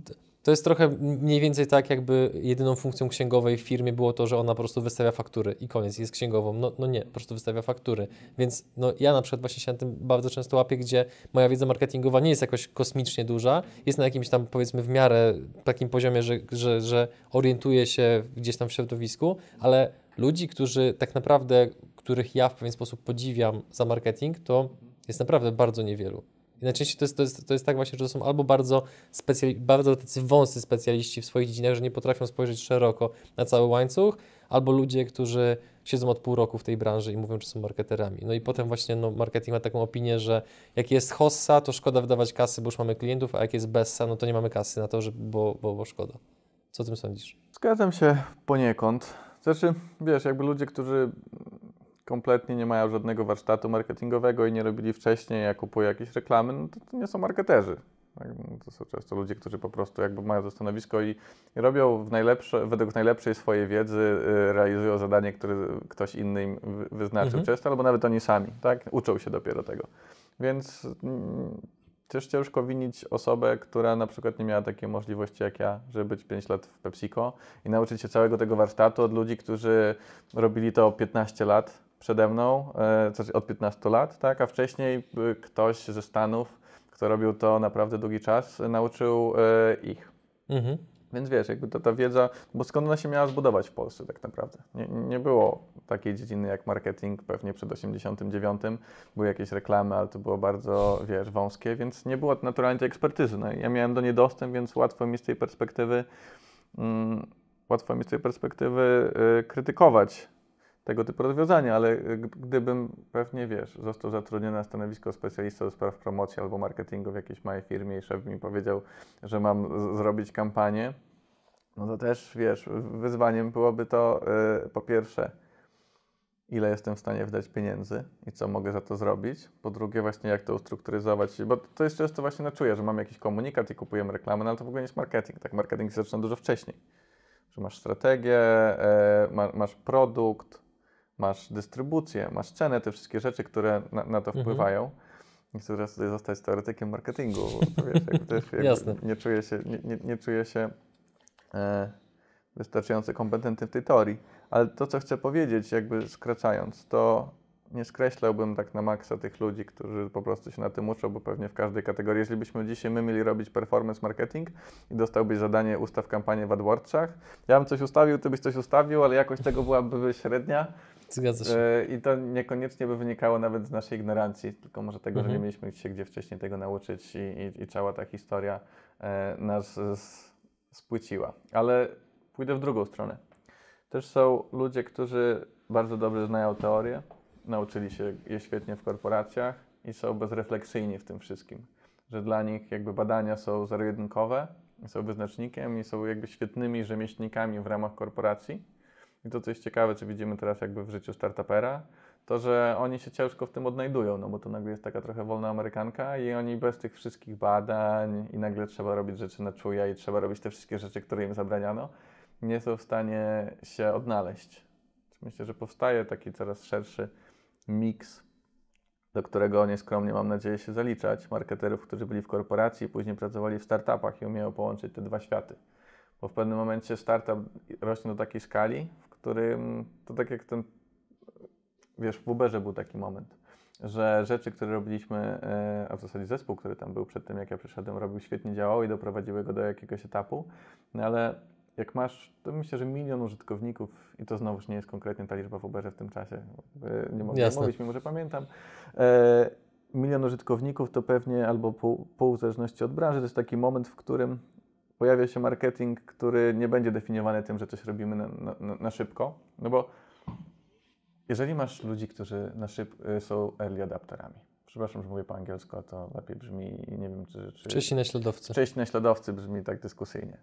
To jest trochę mniej więcej tak, jakby jedyną funkcją księgowej w firmie było to, że ona po prostu wystawia faktury i koniec, jest księgową. No, no nie, po prostu wystawia faktury. Więc no, ja na przykład właśnie się na tym bardzo często łapię, gdzie moja wiedza marketingowa nie jest jakoś kosmicznie duża, jest na jakimś tam powiedzmy w miarę takim poziomie, że, że, że orientuję się gdzieś tam w środowisku, ale ludzi, którzy tak naprawdę, których ja w pewien sposób podziwiam za marketing, to jest naprawdę bardzo niewielu. I najczęściej to jest, to, jest, to jest tak właśnie, że to są albo bardzo, specjali- bardzo tacy wąscy specjaliści w swoich dziedzinach, że nie potrafią spojrzeć szeroko na cały łańcuch, albo ludzie, którzy siedzą od pół roku w tej branży i mówią, że są marketerami. No i potem właśnie no, marketing ma taką opinię, że jak jest hossa, to szkoda wydawać kasy, bo już mamy klientów, a jak jest bessa, no to nie mamy kasy na to, że, bo, bo, bo szkoda. Co o tym sądzisz? Zgadzam się poniekąd. Znaczy, wiesz, jakby ludzie, którzy kompletnie nie mają żadnego warsztatu marketingowego i nie robili wcześniej, jak kupują jakieś reklamy, no to, to nie są marketerzy. Tak? No to są często ludzie, którzy po prostu jakby mają to stanowisko i, i robią w najlepsze, według najlepszej swojej wiedzy, y, realizują zadanie, które ktoś inny im wy, wyznaczył Mhm. często, albo nawet oni sami, tak? Uczą się dopiero tego. Więc mm, też ciężko winić osobę, która na przykład nie miała takiej możliwości jak ja, żeby być pięć lat w PepsiCo i nauczyć się całego tego warsztatu od ludzi, którzy robili to piętnaście lat przede mną, e, znaczy od piętnastu lat, tak? A wcześniej y, ktoś ze Stanów, kto robił to naprawdę długi czas, nauczył e, ich. Mhm. Więc wiesz, jakby to ta wiedza, bo skąd ona się miała zbudować w Polsce tak naprawdę? Nie, nie było takiej dziedziny jak marketing, pewnie przed osiemdziesiątym dziewiątym były jakieś reklamy, ale to było bardzo, wiesz, wąskie, więc nie było naturalnie tej ekspertyzy. No, ja miałem do niej dostęp, więc łatwo mi z tej perspektywy, mm, łatwo mi z tej perspektywy y, krytykować tego typu rozwiązania, ale gdybym pewnie, wiesz, został zatrudniony na stanowisko specjalista do spraw promocji albo marketingu w jakiejś małej firmie i szef mi powiedział, że mam z- zrobić kampanię, no to też, wiesz, wyzwaniem byłoby to yy, po pierwsze, ile jestem w stanie wydać pieniędzy i co mogę za to zrobić. Po drugie, właśnie jak to ustrukturyzować, bo to jest często właśnie, no czuję, że mam jakiś komunikat i kupujemy reklamę, no ale to w ogóle nie jest marketing, tak? Marketing się zaczyna dużo wcześniej. Że masz strategię, e, ma, masz produkt, masz dystrybucję, masz cenę, te wszystkie rzeczy, które na, na to Mhm. wpływają. Nie chcę teraz tutaj zostać teoretykiem marketingu, bo to wiesz, jakby też jakby Jasne. nie czuję się, nie, nie, nie czuję się e, wystarczająco kompetentny w tej teorii. Ale to, co chcę powiedzieć, jakby skracając, to nie skreślałbym tak na maksa tych ludzi, którzy po prostu się na tym uczą, bo pewnie w każdej kategorii, jeżeli byśmy dzisiaj my mieli robić performance marketing i dostałbyś zadanie ustaw kampanię w AdWordsach, ja bym coś ustawił, ty byś coś ustawił, ale jakość tego byłaby średnia. Zgadza się. E, I to niekoniecznie by wynikało nawet z naszej ignorancji, tylko może tego, że Mhm. nie mieliśmy się gdzie wcześniej tego nauczyć i, i, i cała ta historia e, nas z, spłyciła. Ale pójdę w drugą stronę. Też są ludzie, którzy bardzo dobrze znają teorię, nauczyli się je świetnie w korporacjach i są bezrefleksyjni w tym wszystkim. Że dla nich jakby badania są zero-jedynkowe, są wyznacznikiem i są jakby świetnymi rzemieślnikami w ramach korporacji. I to, co jest ciekawe, co widzimy teraz jakby w życiu startupera, to, że oni się ciężko w tym odnajdują, no bo to nagle jest taka trochę wolna amerykanka i oni bez tych wszystkich badań i nagle trzeba robić rzeczy na czuja i trzeba robić te wszystkie rzeczy, które im zabraniano, nie są w stanie się odnaleźć. Myślę, że powstaje taki coraz szerszy miks, do którego nieskromnie mam nadzieję się zaliczać, marketerów, którzy byli w korporacji, później pracowali w startupach i umieją połączyć te dwa światy. Bo w pewnym momencie startup rośnie do takiej skali, w którym to tak jak ten, wiesz, w Uberze był taki moment, że rzeczy, które robiliśmy, a w zasadzie zespół, który tam był przed tym, jak ja przyszedłem, robił świetnie, działał i doprowadziły go do jakiegoś etapu, no ale jak masz, to myślę, że milion użytkowników i to znowuż nie jest konkretnie ta liczba w Uberze w tym czasie, nie mogę Jasne. mówić, mimo że pamiętam, e, milion użytkowników to pewnie albo pół, pół w zależności od branży, to jest taki moment, w którym pojawia się marketing, który nie będzie definiowany tym, że coś robimy na, na, na szybko, no bo jeżeli masz ludzi, którzy na szyb, są early adapterami, przepraszam, że mówię po angielsku, a to lepiej brzmi i nie wiem, czy... czy Wcześniej naśladowcy. Wcześniej naśladowcy brzmi tak dyskusyjnie.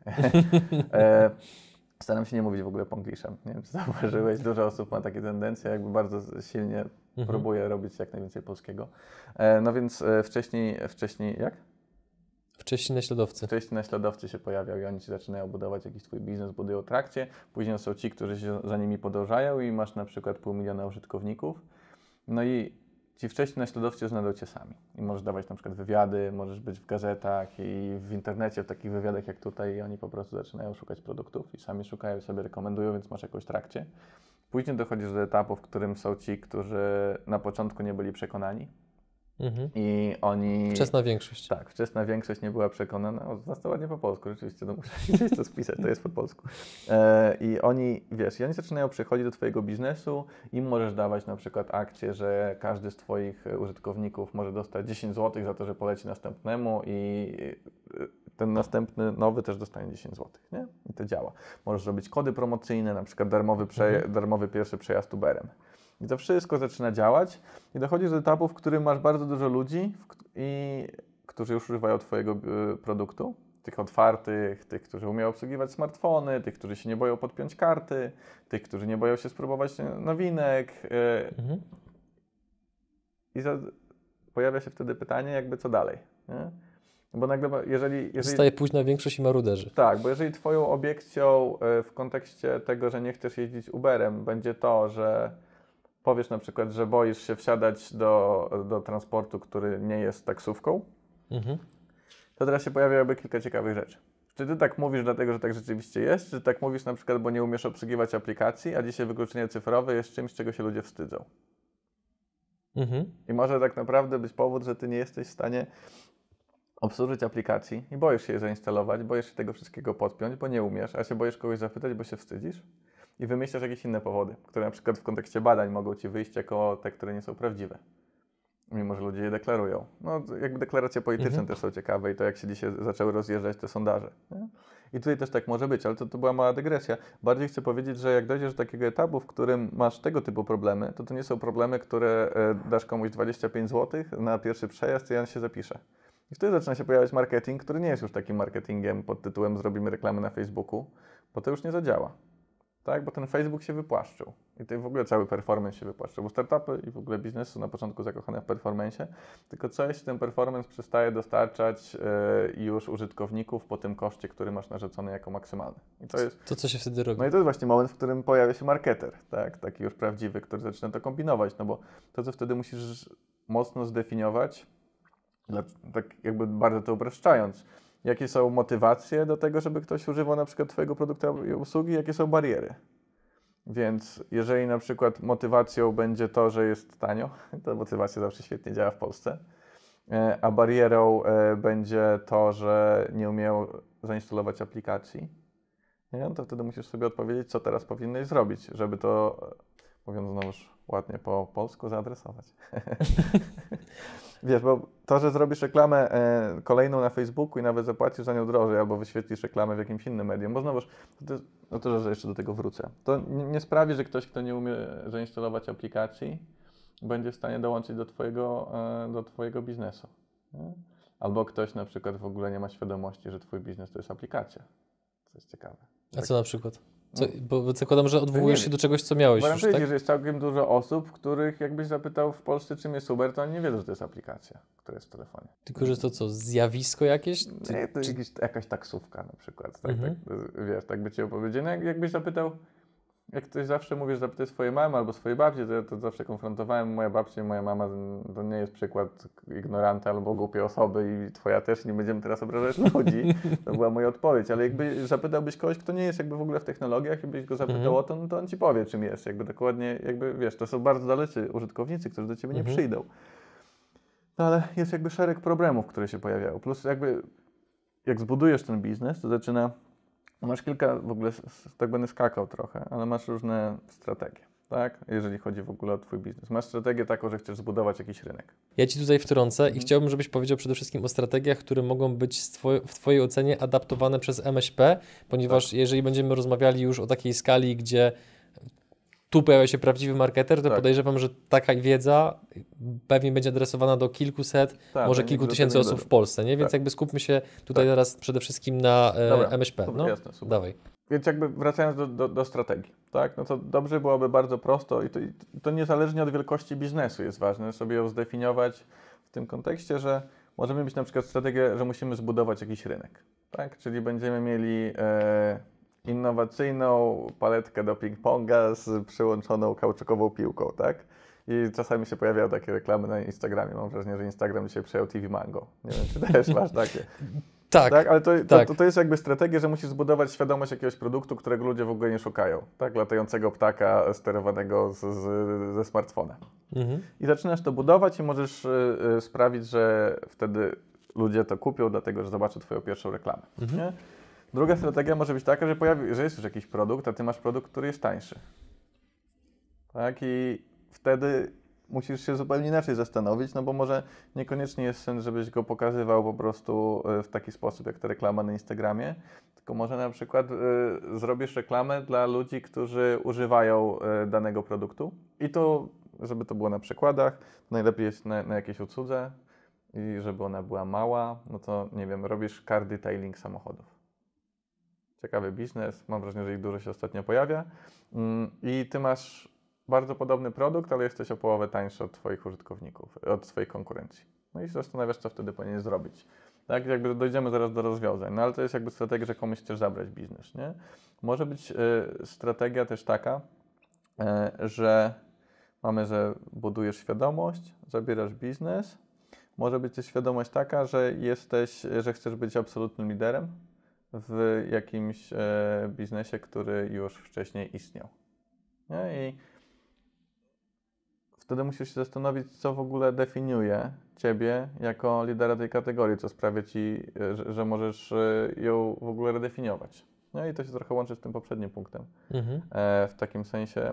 e, staram się nie mówić w ogóle po angliszem. Nie wiem, czy zauważyłeś, dużo osób ma takie tendencje, jakby bardzo silnie Mhm. próbuje robić jak najwięcej polskiego. E, no więc e, wcześniej, wcześniej, jak? Wcześniej naśladowcy. Wcześniej naśladowcy się pojawiają i oni ci zaczynają budować jakiś twój biznes, budują trakcie. Później są ci, którzy się za nimi podążają i masz na przykład pół miliona użytkowników. No i ci wcześniej naśladowcy znajdą cię sami i możesz dawać na przykład wywiady, możesz być w gazetach i w internecie, w takich wywiadach jak tutaj i oni po prostu zaczynają szukać produktów i sami szukają, sobie rekomendują, więc masz jakąś trakcję. Później dochodzisz do etapu, w którym są ci, którzy na początku nie byli przekonani Mhm. i oni... Wczesna większość. Tak, wczesna większość nie była przekonana. O, znasz to ładnie po polsku, rzeczywiście, no muszę gdzieś to spisać, to jest po polsku. E, I oni, wiesz, i oni zaczynają przychodzić do twojego biznesu, im możesz dawać na przykład akcję, że każdy z twoich użytkowników może dostać dziesięć złotych za to, że poleci następnemu i ten następny nowy też dostanie dziesięć złotych, nie? I to działa. Możesz robić kody promocyjne, na przykład darmowy, prze, Mhm. darmowy pierwszy przejazd Uberem. I to wszystko zaczyna działać i dochodzisz do etapu, w którym masz bardzo dużo ludzi, w, i, którzy już używają twojego y, produktu, tych otwartych, tych, którzy umieją obsługiwać smartfony, tych, którzy się nie boją podpiąć karty, tych, którzy nie boją się spróbować nowinek. Y, Mhm. I za, pojawia się wtedy pytanie, jakby co dalej, nie? Bo nagle, jeżeli... jeżeli Zostaje późna większość i maruderzy. Tak, bo jeżeli twoją obiekcją y, w kontekście tego, że nie chcesz jeździć Uberem, będzie to, że powiesz na przykład, że boisz się wsiadać do, do transportu, który nie jest taksówką, Mhm. to teraz się pojawia jakby kilka ciekawych rzeczy. Czy ty tak mówisz dlatego, że tak rzeczywiście jest, czy tak mówisz na przykład, bo nie umiesz obsługiwać aplikacji, a dzisiaj wykluczenie cyfrowe jest czymś, czego się ludzie wstydzą. Mhm. I może tak naprawdę być powód, że ty nie jesteś w stanie obsłużyć aplikacji i boisz się jej zainstalować, boisz się tego wszystkiego podpiąć, bo nie umiesz, a się boisz kogoś zapytać, bo się wstydzisz. I wymyślasz jakieś inne powody, które na przykład w kontekście badań mogą ci wyjść jako te, które nie są prawdziwe. Mimo że ludzie je deklarują. No jakby deklaracje polityczne Mhm. też są ciekawe i to jak się dzisiaj zaczęły rozjeżdżać te sondaże. Nie? I tutaj też tak może być, ale to, to była mała dygresja. Bardziej chcę powiedzieć, że jak dojdziesz do takiego etapu, w którym masz tego typu problemy, to to nie są problemy, które e, dasz komuś dwadzieścia pięć złotych na pierwszy przejazd i on się zapisze. I wtedy zaczyna się pojawiać marketing, który nie jest już takim marketingiem pod tytułem zrobimy reklamy na Facebooku, bo to już nie zadziała. Tak, bo ten Facebook się wypłaszczył i to w ogóle cały performance się wypłaszczył, bo startupy i w ogóle biznes są na początku zakochane w performance, tylko co jeśli ten performance przestaje dostarczać yy, już użytkowników po tym koszcie, który masz narzucony jako maksymalny. I to jest, To co się wtedy robi? no i to jest właśnie moment, w którym pojawia się marketer, tak, taki już prawdziwy, który zaczyna to kombinować, no bo to, co wtedy musisz mocno zdefiniować, dla, tak jakby bardzo to upraszczając, jakie są motywacje do tego, żeby ktoś używał na przykład twojego produktu i usługi, jakie są bariery. Więc jeżeli na przykład motywacją będzie to, że jest tanio, to motywacja zawsze świetnie działa w Polsce, a barierą będzie to, że nie umieją zainstalować aplikacji, nie? To wtedy musisz sobie odpowiedzieć, co teraz powinieneś zrobić, żeby to, mówiąc znowuż ładnie po polsku, zaadresować. Wiesz, bo to, że zrobisz reklamę e, kolejną na Facebooku i nawet zapłacisz za nią drożej, albo wyświetlisz reklamę w jakimś innym medium, bo znowuż, to, no to, że jeszcze do tego wrócę, to nie, nie sprawi, że ktoś, kto nie umie zainstalować aplikacji, będzie w stanie dołączyć do twojego, e, do twojego biznesu. Nie? Albo ktoś na przykład w ogóle nie ma świadomości, że twój biznes to jest aplikacja. Co jest ciekawe. A co na przykład? Co, bo bo zakładam, że odwołujesz się do czegoś, co miałeś już, Gwarantuję tak? ci, że jest całkiem dużo osób, których jakbyś zapytał w Polsce, czym jest Uber, to oni nie wiedzą, że to jest aplikacja, która jest w telefonie. Tylko, że to co, zjawisko jakieś? Ty, Nie, to czy... jakiś, jakaś taksówka na przykład, tak, Mhm. tak, wiesz, tak by ci opowiedział. No jak, jakbyś zapytał, jak ktoś zawsze mówisz, zapytaj swojej mamy albo swojej babci, to ja to zawsze konfrontowałem, moja babcia i moja mama to nie jest przykład ignoranta albo głupiej osoby i twoja też, nie będziemy teraz obrażać ludzi, to była moja odpowiedź, ale jakby zapytałbyś kogoś, kto nie jest jakby w ogóle w technologiach i byś go zapytał Mhm. o to, no to on ci powie, czym jest, jakby dokładnie, jakby wiesz, to są bardzo dalecy użytkownicy, którzy do ciebie nie Mhm. przyjdą. No ale jest jakby szereg problemów, które się pojawiają, plus jakby jak zbudujesz ten biznes, to zaczyna, masz kilka, w ogóle tak będę skakał trochę, ale masz różne strategie, tak? Jeżeli chodzi w ogóle o twój biznes. Masz strategię taką, że chcesz zbudować jakiś rynek. Ja ci tutaj wtrącę Mhm. i chciałbym, żebyś powiedział przede wszystkim o strategiach, które mogą być z twoj- w twojej ocenie adaptowane przez M S P, ponieważ Tak. jeżeli będziemy rozmawiali już o takiej skali, gdzie tu pojawia się prawdziwy marketer, to Tak. podejrzewam, że taka wiedza pewnie będzie adresowana do kilkuset, Tak, może no kilku nigdy tysięcy o tym nie osób w będę. Polsce, nie? Więc Tak. jakby skupmy się tutaj Tak. teraz przede wszystkim na e, Dobra, M S P. dobra, No, jasne, super. dawaj. Więc jakby wracając do, do, do strategii, tak? No to dobrze byłoby bardzo prosto i to, i to niezależnie od wielkości biznesu jest ważne sobie ją zdefiniować w tym kontekście, że możemy mieć na przykład strategię, że musimy zbudować jakiś rynek, tak? Czyli będziemy mieli e, innowacyjną paletkę do ping-ponga z przyłączoną kauczukową piłką, tak? I czasami się pojawiają takie reklamy na Instagramie. Mam wrażenie, że Instagram dzisiaj przejął T V Mango. Nie wiem, czy też masz takie. Tak, tak, ale to, tak. To, to jest jakby strategia, że musisz zbudować świadomość jakiegoś produktu, którego ludzie w ogóle nie szukają. Tak, latającego ptaka sterowanego z, z, ze smartfona. Mhm. I zaczynasz to budować i możesz y, y, sprawić, że wtedy ludzie to kupią, dlatego że zobaczą twoją pierwszą reklamę. Mhm. Nie? Druga strategia może być taka, że, pojawi, że jest już jakiś produkt, a ty masz produkt, który jest tańszy. Tak, i wtedy musisz się zupełnie inaczej zastanowić, no bo może niekoniecznie jest sens, żebyś go pokazywał po prostu w taki sposób, jak ta reklama na Instagramie, tylko może na przykład y, zrobisz reklamę dla ludzi, którzy używają y, danego produktu i to, żeby to było na przykładach, najlepiej jest na, na jakiejś usłudze i żeby ona była mała, no to nie wiem, robisz car detailing samochodów. Ciekawy biznes, mam wrażenie, że ich dużo się ostatnio pojawia mm, i ty masz bardzo podobny produkt, ale jesteś o połowę tańszy od twoich użytkowników, od swojej konkurencji. No i się zastanawiasz, co wtedy powinieneś zrobić. Tak, jakby dojdziemy zaraz do rozwiązań, no ale to jest jakby strategia, że komuś chcesz zabrać biznes, nie? Może być y, strategia też taka, y, że mamy, że budujesz świadomość, zabierasz biznes. Może być też świadomość taka, że jesteś, że chcesz być absolutnym liderem w jakimś y, biznesie, który już wcześniej istniał. Nie? I wtedy musisz się zastanowić, co w ogóle definiuje ciebie jako lidera tej kategorii, co sprawia ci, że, że możesz ją w ogóle redefiniować. No i to się trochę łączy z tym poprzednim punktem. Mhm. E, w takim sensie,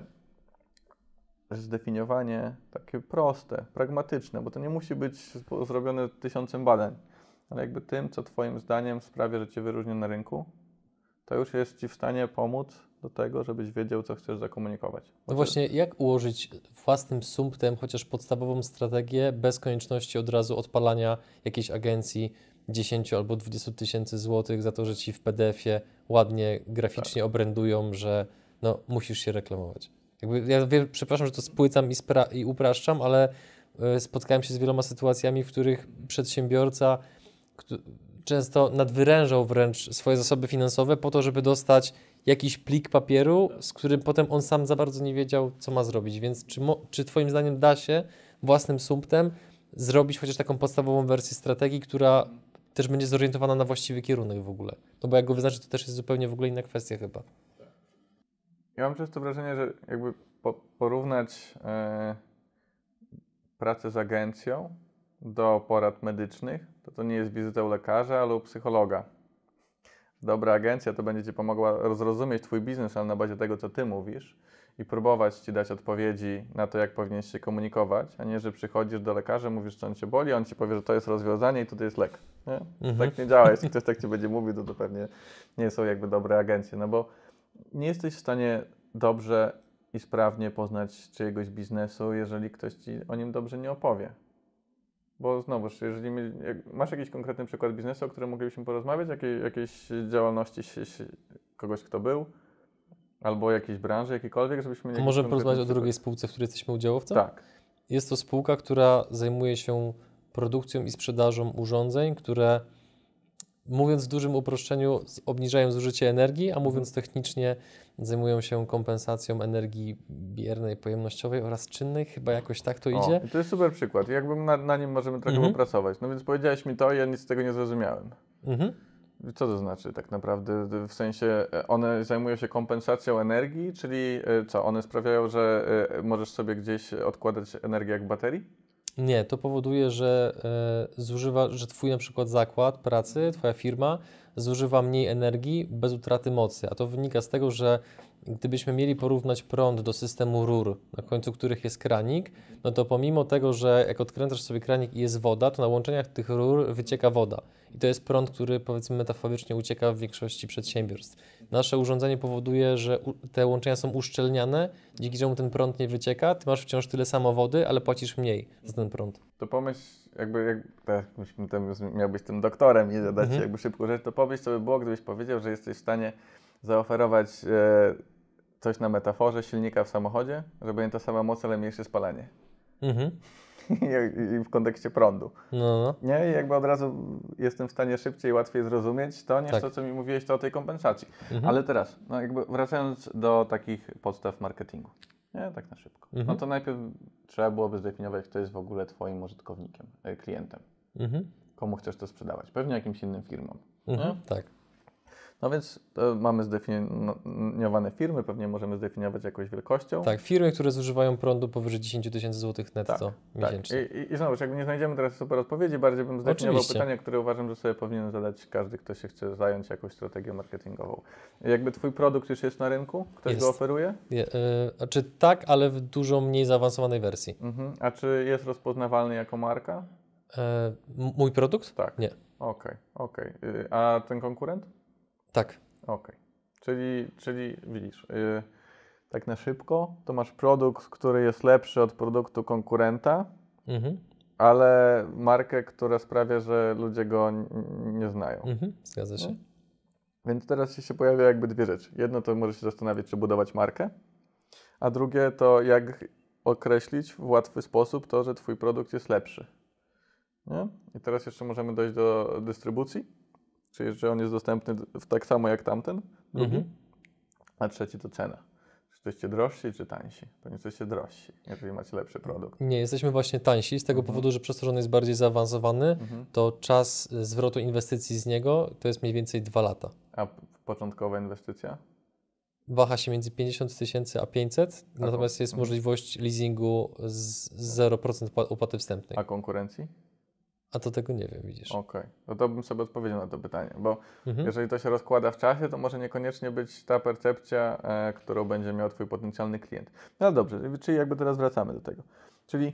że zdefiniowanie takie proste, pragmatyczne, bo to nie musi być zrobione tysiącem badań, ale jakby tym, co twoim zdaniem sprawia, że cię wyróżnia na rynku, to już jest ci w stanie pomóc do tego, żebyś wiedział, co chcesz zakomunikować. No właśnie, jak ułożyć własnym sumptem chociaż podstawową strategię bez konieczności od razu odpalania jakiejś agencji dziesięć albo dwadzieścia tysięcy złotych za to, że ci w P D F-ie ładnie, graficznie tak obrędują, że no, musisz się reklamować. Jakby, ja wiem, przepraszam, że to spłycam i, spra- i upraszczam, ale y, spotkałem się z wieloma sytuacjami, w których przedsiębiorca kto- często nadwyrężał wręcz swoje zasoby finansowe po to, żeby dostać jakiś plik papieru, z którym potem on sam za bardzo nie wiedział, co ma zrobić. Więc czy, mo- czy twoim zdaniem da się własnym sumptem zrobić chociaż taką podstawową wersję strategii, która też będzie zorientowana na właściwy kierunek w ogóle? No bo jak go wyznaczyć, to też jest zupełnie w ogóle inna kwestia chyba. Ja mam często wrażenie, że jakby po- porównać e, pracę z agencją do porad medycznych, to to nie jest wizyta u lekarza, ale u psychologa. Dobra agencja to będzie ci pomogła zrozumieć twój biznes, ale na bazie tego, co ty mówisz i próbować ci dać odpowiedzi na to, jak powinieneś się komunikować, a nie, że przychodzisz do lekarza, mówisz, co on cię boli, a on ci powie, że to jest rozwiązanie i tutaj jest lek. Nie? Mhm. Tak nie działa. Jeśli ktoś tak ci będzie mówił, to to pewnie nie są jakby dobre agencje, no bo nie jesteś w stanie dobrze i sprawnie poznać czyjegoś biznesu, jeżeli ktoś ci o nim dobrze nie opowie. Bo znowuż, jeżeli my, jak masz jakiś konkretny przykład biznesu, o którym moglibyśmy porozmawiać, jakiej, jakiejś działalności się, się, kogoś, kto był, albo jakiejś branży, jakiejkolwiek, żebyśmy mieli... Możemy porozmawiać o drugiej spółce, w której jesteśmy udziałowcem? Tak. Jest to spółka, która zajmuje się produkcją i sprzedażą urządzeń, które, mówiąc w dużym uproszczeniu, obniżają zużycie energii, a mówiąc technicznie, zajmują się kompensacją energii biernej, pojemnościowej oraz czynnej. Chyba jakoś tak to idzie. O, to jest super przykład. Jakby na, na nim możemy trochę mhm. popracować. No więc powiedziałeś mi to i ja nic z tego nie zrozumiałem. Mhm. Co to znaczy tak naprawdę? W sensie one zajmują się kompensacją energii, czyli co? One sprawiają, że możesz sobie gdzieś odkładać energię jak baterii? Nie, to powoduje, że e, zużywa, że twój na przykład zakład pracy, twoja firma zużywa mniej energii bez utraty mocy, a to wynika z tego, że gdybyśmy mieli porównać prąd do systemu rur, na końcu których jest kranik, no to pomimo tego, że jak odkręcasz sobie kranik i jest woda, to na łączeniach tych rur wycieka woda. I to jest prąd, który powiedzmy metaforycznie ucieka w większości przedsiębiorstw. Nasze urządzenie powoduje, że te łączenia są uszczelniane, dzięki czemu ten prąd nie wycieka, ty masz wciąż tyle samo wody, ale płacisz mniej za ten prąd. To pomyśl, jakby, jakby tak, miał być tym doktorem i zadać mhm. jakby szybką rzecz, to pomyśl, co by było, gdybyś powiedział, że jesteś w stanie zaoferować e, coś na metaforze silnika w samochodzie, że będzie to sama moc, ale mniejsze spalanie. Mhm. I, I w kontekście prądu. No, no. Nie? I jakby od razu jestem w stanie szybciej i łatwiej zrozumieć to, niż tak. to, co mi mówiłeś, to o tej kompensacji. Mhm. Ale teraz, no jakby wracając do takich podstaw marketingu. Nie? Tak na szybko. Mhm. No to najpierw trzeba byłoby zdefiniować, kto jest w ogóle twoim użytkownikiem, e, klientem. Mhm. Komu chcesz to sprzedawać. Pewnie jakimś innym firmom. Mhm. Tak. No więc to mamy zdefiniowane firmy, pewnie możemy zdefiniować jakąś wielkością. Tak, firmy, które zużywają prądu powyżej dziesięć tysięcy złotych netto Tak, miesięcznie. Tak. I, i, I znowu, jakby nie znajdziemy teraz super odpowiedzi, bardziej bym zdefiniował Oczywiście. pytania, które uważam, że sobie powinien zadać każdy, kto się chce zająć jakąś strategią marketingową. Jakby twój produkt już jest na rynku? Ktoś Jest. go oferuje? Je, yy, znaczy tak, ale w dużo mniej zaawansowanej wersji. Mhm. A czy jest rozpoznawalny jako marka? Yy, m- mój produkt? Tak. Nie. Okej, okej. Y, A ten konkurent? Tak. Okej. Czyli, czyli widzisz, y, tak na szybko, to masz produkt, który jest lepszy od produktu konkurenta, Mhm. ale markę, która sprawia, że ludzie go n- nie znają. Mhm. Zgadza się. No. Więc teraz się pojawia jakby dwie rzeczy. Jedno to możesz się zastanawiać, czy budować markę, a drugie to jak określić w łatwy sposób to, że twój produkt jest lepszy. Nie? I teraz jeszcze możemy dojść do dystrybucji, czyli że on jest dostępny w tak samo jak tamten, drugi. Mhm. A trzeci to cena. Czy jesteście drożsi, czy tańsi? Pewnie jesteście drożsi, jeżeli macie lepszy produkt. Nie, jesteśmy właśnie tańsi z tego Mhm. powodu, że przez to, że on jest bardziej zaawansowany, Mhm. to czas y, zwrotu inwestycji z niego to jest mniej więcej dwa lata. A p- początkowa inwestycja? Waha się między pięćdziesiąt tysięcy a pięćset, A natomiast kon- jest mhm. możliwość leasingu z zero procent pła- opłaty wstępnej. A konkurencji? A to tego nie wiem, widzisz. Okej, no to bym sobie odpowiedział na to pytanie, bo Mhm. jeżeli to się rozkłada w czasie, to może niekoniecznie być ta percepcja, e, którą będzie miał twój potencjalny klient. No ale dobrze, czyli jakby teraz wracamy do tego. Czyli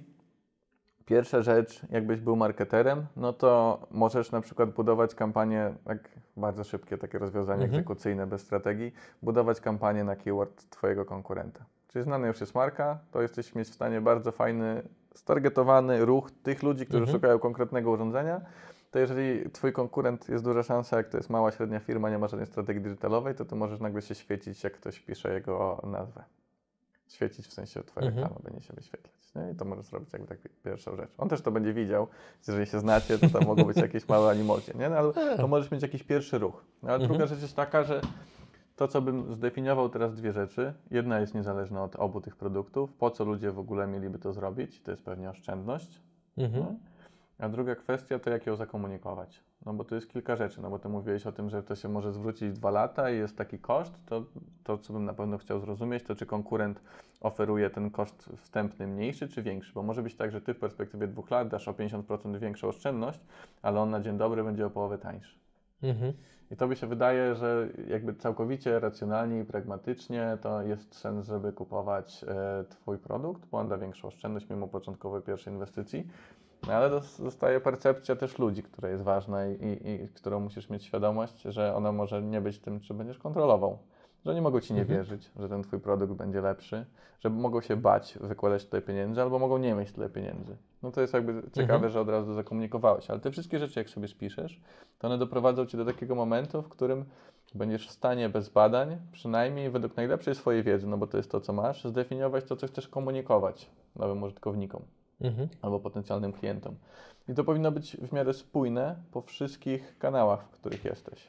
pierwsza rzecz, jakbyś był marketerem, no to możesz na przykład budować kampanię, tak bardzo szybkie takie rozwiązanie Mhm. egzekucyjne bez strategii, budować kampanię na keyword twojego konkurenta. Czyli znana już jest marka, to jesteś mieć w stanie bardzo fajny, stargetowany ruch tych ludzi, którzy Mhm. szukają konkretnego urządzenia. To jeżeli twój konkurent jest duża szansa, jak to jest mała, średnia firma, nie ma żadnej strategii digitalowej, to ty możesz nagle się świecić, jak ktoś pisze jego nazwę. Świecić w sensie twoja Mhm. reklama będzie się wyświetlać. Nie? I to możesz zrobić jakby tak pierwszą rzecz. On też to będzie widział, jeżeli się znacie, to tam mogą być jakieś małe animocje, nie? No, ale to możesz mieć jakiś pierwszy ruch. No, ale Mhm. druga rzecz jest taka, że to, co bym zdefiniował teraz dwie rzeczy. Jedna jest niezależna od obu tych produktów. Po co ludzie w ogóle mieliby to zrobić? To jest pewnie oszczędność. Mhm. No. A druga kwestia to jak ją zakomunikować. No bo to jest kilka rzeczy, no bo ty mówiłeś o tym, że to się może zwrócić w dwa lata i jest taki koszt, to, to co bym na pewno chciał zrozumieć, to czy konkurent oferuje ten koszt wstępny mniejszy czy większy, bo może być tak, że ty w perspektywie dwóch lat dasz o pięćdziesiąt procent większą oszczędność, ale on na dzień dobry będzie o połowę tańszy. Mhm. I to by się wydaje, że jakby całkowicie racjonalnie i pragmatycznie to jest sens, żeby kupować e, twój produkt, bo on da większą oszczędność mimo początkowej pierwszej inwestycji. No ale dos- zostaje percepcja też ludzi, która jest ważna i, i, i którą musisz mieć świadomość, że ona może nie być tym, czy będziesz kontrolował. Że oni mogą ci nie Mhm. wierzyć, że ten twój produkt będzie lepszy, że mogą się bać wykładać tyle pieniędzy, albo mogą nie mieć tyle pieniędzy. No to jest jakby ciekawe, Mhm. że od razu zakomunikowałeś, ale te wszystkie rzeczy, jak sobie spiszesz, to one doprowadzą cię do takiego momentu, w którym będziesz w stanie bez badań, przynajmniej według najlepszej swojej wiedzy, no bo to jest to, co masz, zdefiniować to, co chcesz komunikować nowym użytkownikom Mhm. albo potencjalnym klientom. I to powinno być w miarę spójne po wszystkich kanałach, w których jesteś.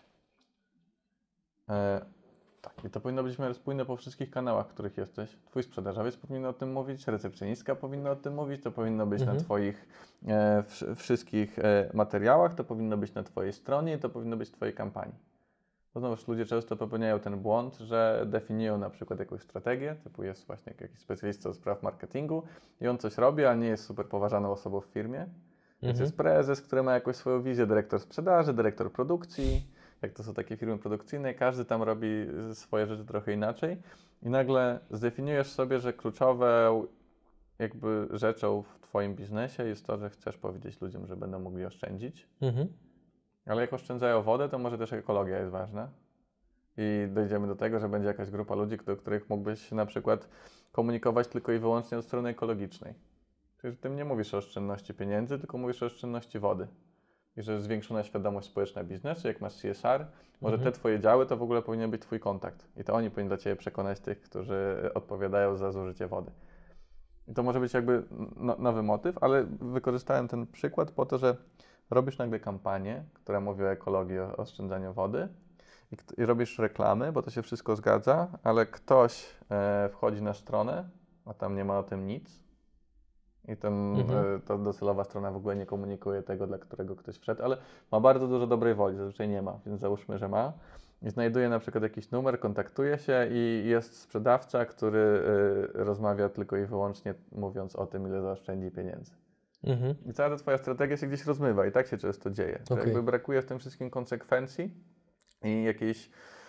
E, tak, i to powinno być w miarę spójne po wszystkich kanałach, w których jesteś. Twój sprzedażowiec powinien o tym mówić, recepcjonistka powinna o tym mówić, to powinno być Mhm. na Twoich e, wsz- wszystkich e, materiałach, to powinno być na Twojej stronie i to powinno być w Twojej kampanii. Bo znowuż ludzie często popełniają ten błąd, że definiują na przykład jakąś strategię, typu jest właśnie jakiś specjalista do spraw marketingu i on coś robi, ale nie jest super poważaną osobą w firmie. Więc Mhm. jest prezes, który ma jakąś swoją wizję, dyrektor sprzedaży, dyrektor produkcji, jak to są takie firmy produkcyjne, każdy tam robi swoje rzeczy trochę inaczej i nagle zdefiniujesz sobie, że kluczową jakby rzeczą w Twoim biznesie jest to, że chcesz powiedzieć ludziom, że będą mogli oszczędzić. Mhm. Ale jak oszczędzają wodę, to może też ekologia jest ważna. I dojdziemy do tego, że będzie jakaś grupa ludzi, do których mógłbyś na przykład komunikować tylko i wyłącznie od strony ekologicznej. Czyli że ty nie mówisz o oszczędności pieniędzy, tylko mówisz o oszczędności wody. I że jest zwiększona świadomość społeczna biznesu, jak masz C S R, może Mhm. te twoje działy to w ogóle powinien być twój kontakt. I to oni powinni dla ciebie przekonać tych, którzy odpowiadają za zużycie wody. I to może być jakby no, nowy motyw, ale wykorzystałem ten przykład po to, że robisz nagle kampanię, która mówi o ekologii, o oszczędzaniu wody i, kt- i robisz reklamy, bo to się wszystko zgadza, ale ktoś e, wchodzi na stronę, a tam nie ma o tym nic I ten, Mhm. ta docelowa strona w ogóle nie komunikuje tego, dla którego ktoś wszedł, ale ma bardzo dużo dobrej woli, zazwyczaj nie ma, więc załóżmy, że ma. I znajduje na przykład jakiś numer, kontaktuje się i jest sprzedawca, który y, rozmawia tylko i wyłącznie mówiąc o tym, ile zaoszczędzi pieniędzy. Mhm. I cała ta twoja strategia się gdzieś rozmywa i tak się często dzieje. Że Okej. jakby brakuje w tym wszystkim konsekwencji i jakiejś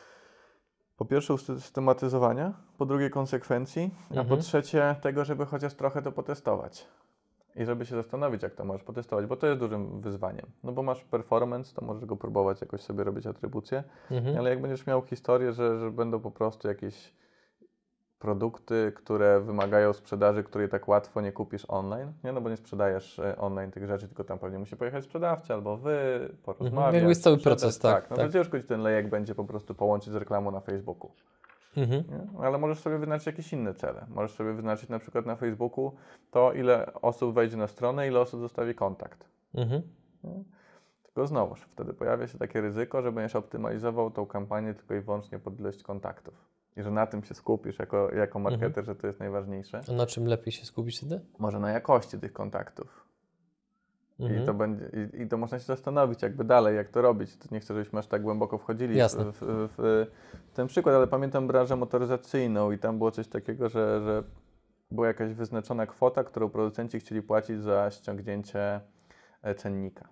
po pierwsze usystematyzowania, po drugie konsekwencji, a Mhm. po trzecie tego, żeby chociaż trochę to potestować. I żeby się zastanowić, jak to możesz potestować, bo to jest dużym wyzwaniem. No bo masz performance, to możesz go próbować jakoś sobie robić atrybucję, Mhm. ale jak będziesz miał historię, że, że będą po prostu jakieś produkty, które wymagają sprzedaży, której tak łatwo nie kupisz online, nie? No bo nie sprzedajesz e, online tych rzeczy, tylko tam pewnie musi pojechać sprzedawca albo wy, porozmawiać. Mhm. Jakby jest cały sprzedać. proces, tak, No tak. to ciężko ci ten lejek będzie po prostu połączyć z reklamą na Facebooku. Mhm. Nie? Ale możesz sobie wyznaczyć jakieś inne cele. Możesz sobie wyznaczyć na przykład na Facebooku to, ile osób wejdzie na stronę, ile osób zostawi kontakt. Mhm. Nie? Tylko znowuż, wtedy pojawia się takie ryzyko, że będziesz optymalizował tą kampanię tylko i wyłącznie pod ilość kontaktów. I że na tym się skupisz jako, jako marketer, Mhm. że to jest najważniejsze. A na czym lepiej się skupić wtedy? Może na jakości tych kontaktów. Mhm. I, to będzie, i, I to można się zastanowić jakby dalej, jak to robić. To nie chcę, żebyśmy aż tak głęboko wchodzili w, Jasne. w, w, w ten przykład, ale pamiętam branżę motoryzacyjną i tam było coś takiego, że, że była jakaś wyznaczona kwota, którą producenci chcieli płacić za ściągnięcie e, cennika.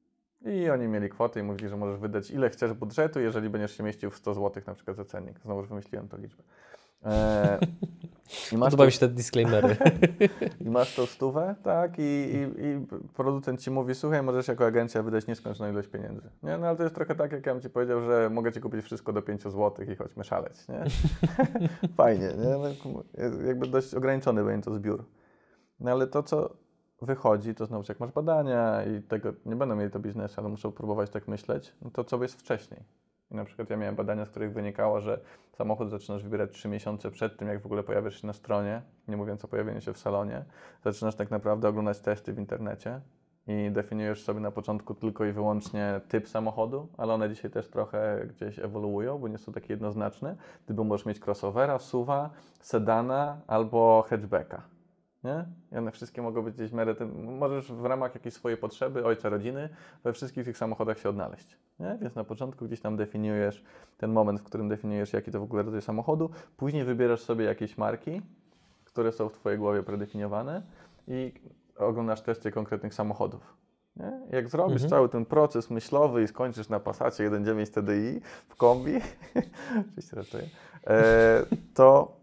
I oni mieli kwotę i mówili, że możesz wydać ile chcesz budżetu, jeżeli będziesz się mieścił w sto złotych na przykład za cennik. Znowu już wymyśliłem tę liczbę. E, i masz Podobają to- mi się te disclaimery. I masz tą stówę, tak, i, i, i producent ci mówi, słuchaj, możesz jako agencja wydać nieskończoną ilość pieniędzy. Nie? No ale to jest trochę tak, jak ja bym ci powiedział, że mogę ci kupić wszystko do pięciu złotych i chodźmy szaleć, nie? Fajnie, nie? No, jakby dość ograniczony będzie to zbiór. No ale to, co wychodzi, to znowu jak masz badania i tego, nie będą mieli to biznesu, ale muszą próbować tak myśleć, no to co jest wcześniej. I na przykład ja miałem badania, z których wynikało, że samochód zaczynasz wybierać trzy miesiące przed tym, jak w ogóle pojawiasz się na stronie, nie mówiąc o pojawieniu się w salonie. Zaczynasz tak naprawdę oglądać testy w internecie i definiujesz sobie na początku tylko i wyłącznie typ samochodu, ale one dzisiaj też trochę gdzieś ewoluują, bo nie są takie jednoznaczne. Ty możesz mieć crossovera, suva, sedana albo hatchbacka. Nie? I one wszystkie mogą być gdzieś w miarę tym, możesz w ramach jakiejś swojej potrzeby, ojca rodziny, we wszystkich tych samochodach się odnaleźć. Nie? Więc na początku gdzieś tam definiujesz ten moment, w którym definiujesz, jaki to w ogóle rodzaj samochodu, później wybierasz sobie jakieś marki, które są w twojej głowie predefiniowane i oglądasz testy konkretnych samochodów. Nie? Jak zrobisz Mhm. cały ten proces myślowy i skończysz na Passacie jeden dziewięć T D I w kombi, oczywiście raczej, e, to,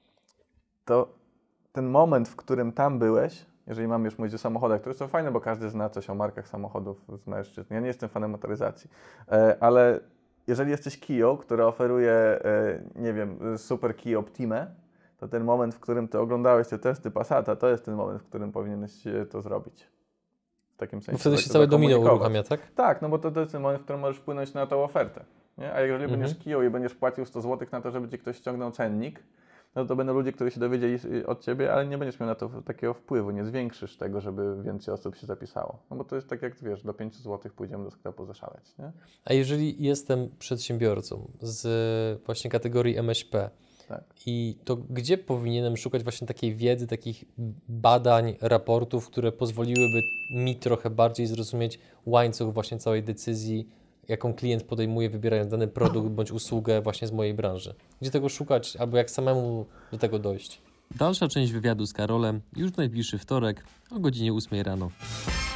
to ten moment, w którym tam byłeś, jeżeli mam już mówić o samochodach, które są fajne, bo każdy zna coś o markach samochodów z mężczyzn. Ja nie jestem fanem motoryzacji, e, ale jeżeli jesteś Kiją, która oferuje, e, nie wiem, super Kia Optimę, to ten moment, w którym ty oglądałeś te testy Passata, to jest ten moment, w którym powinieneś e, to zrobić. W takim sensie. Bo wtedy tak się to całe domino zakomunikować. uruchamia, tak? Tak, no bo to, to jest ten moment, w którym możesz wpłynąć na tą ofertę. Nie? A jeżeli Mhm. będziesz Kiją i będziesz płacił sto złotych na to, żeby ci ktoś ściągnął cennik, no to będą ludzie, którzy się dowiedzieli od ciebie, ale nie będziesz miał na to takiego wpływu, nie zwiększysz tego, żeby więcej osób się zapisało. No bo to jest tak jak, wiesz, do pięciu złotych pójdziemy do sklepu zaszaleć, nie? A jeżeli jestem przedsiębiorcą z właśnie kategorii M S P, Tak. i to gdzie powinienem szukać właśnie takiej wiedzy, takich badań, raportów, które pozwoliłyby mi trochę bardziej zrozumieć łańcuch właśnie całej decyzji, jaką klient podejmuje, wybierając dany produkt bądź usługę właśnie z mojej branży? Gdzie tego szukać, albo jak samemu do tego dojść? Dalsza część wywiadu z Karolem już w najbliższy wtorek o godzinie ósmej rano.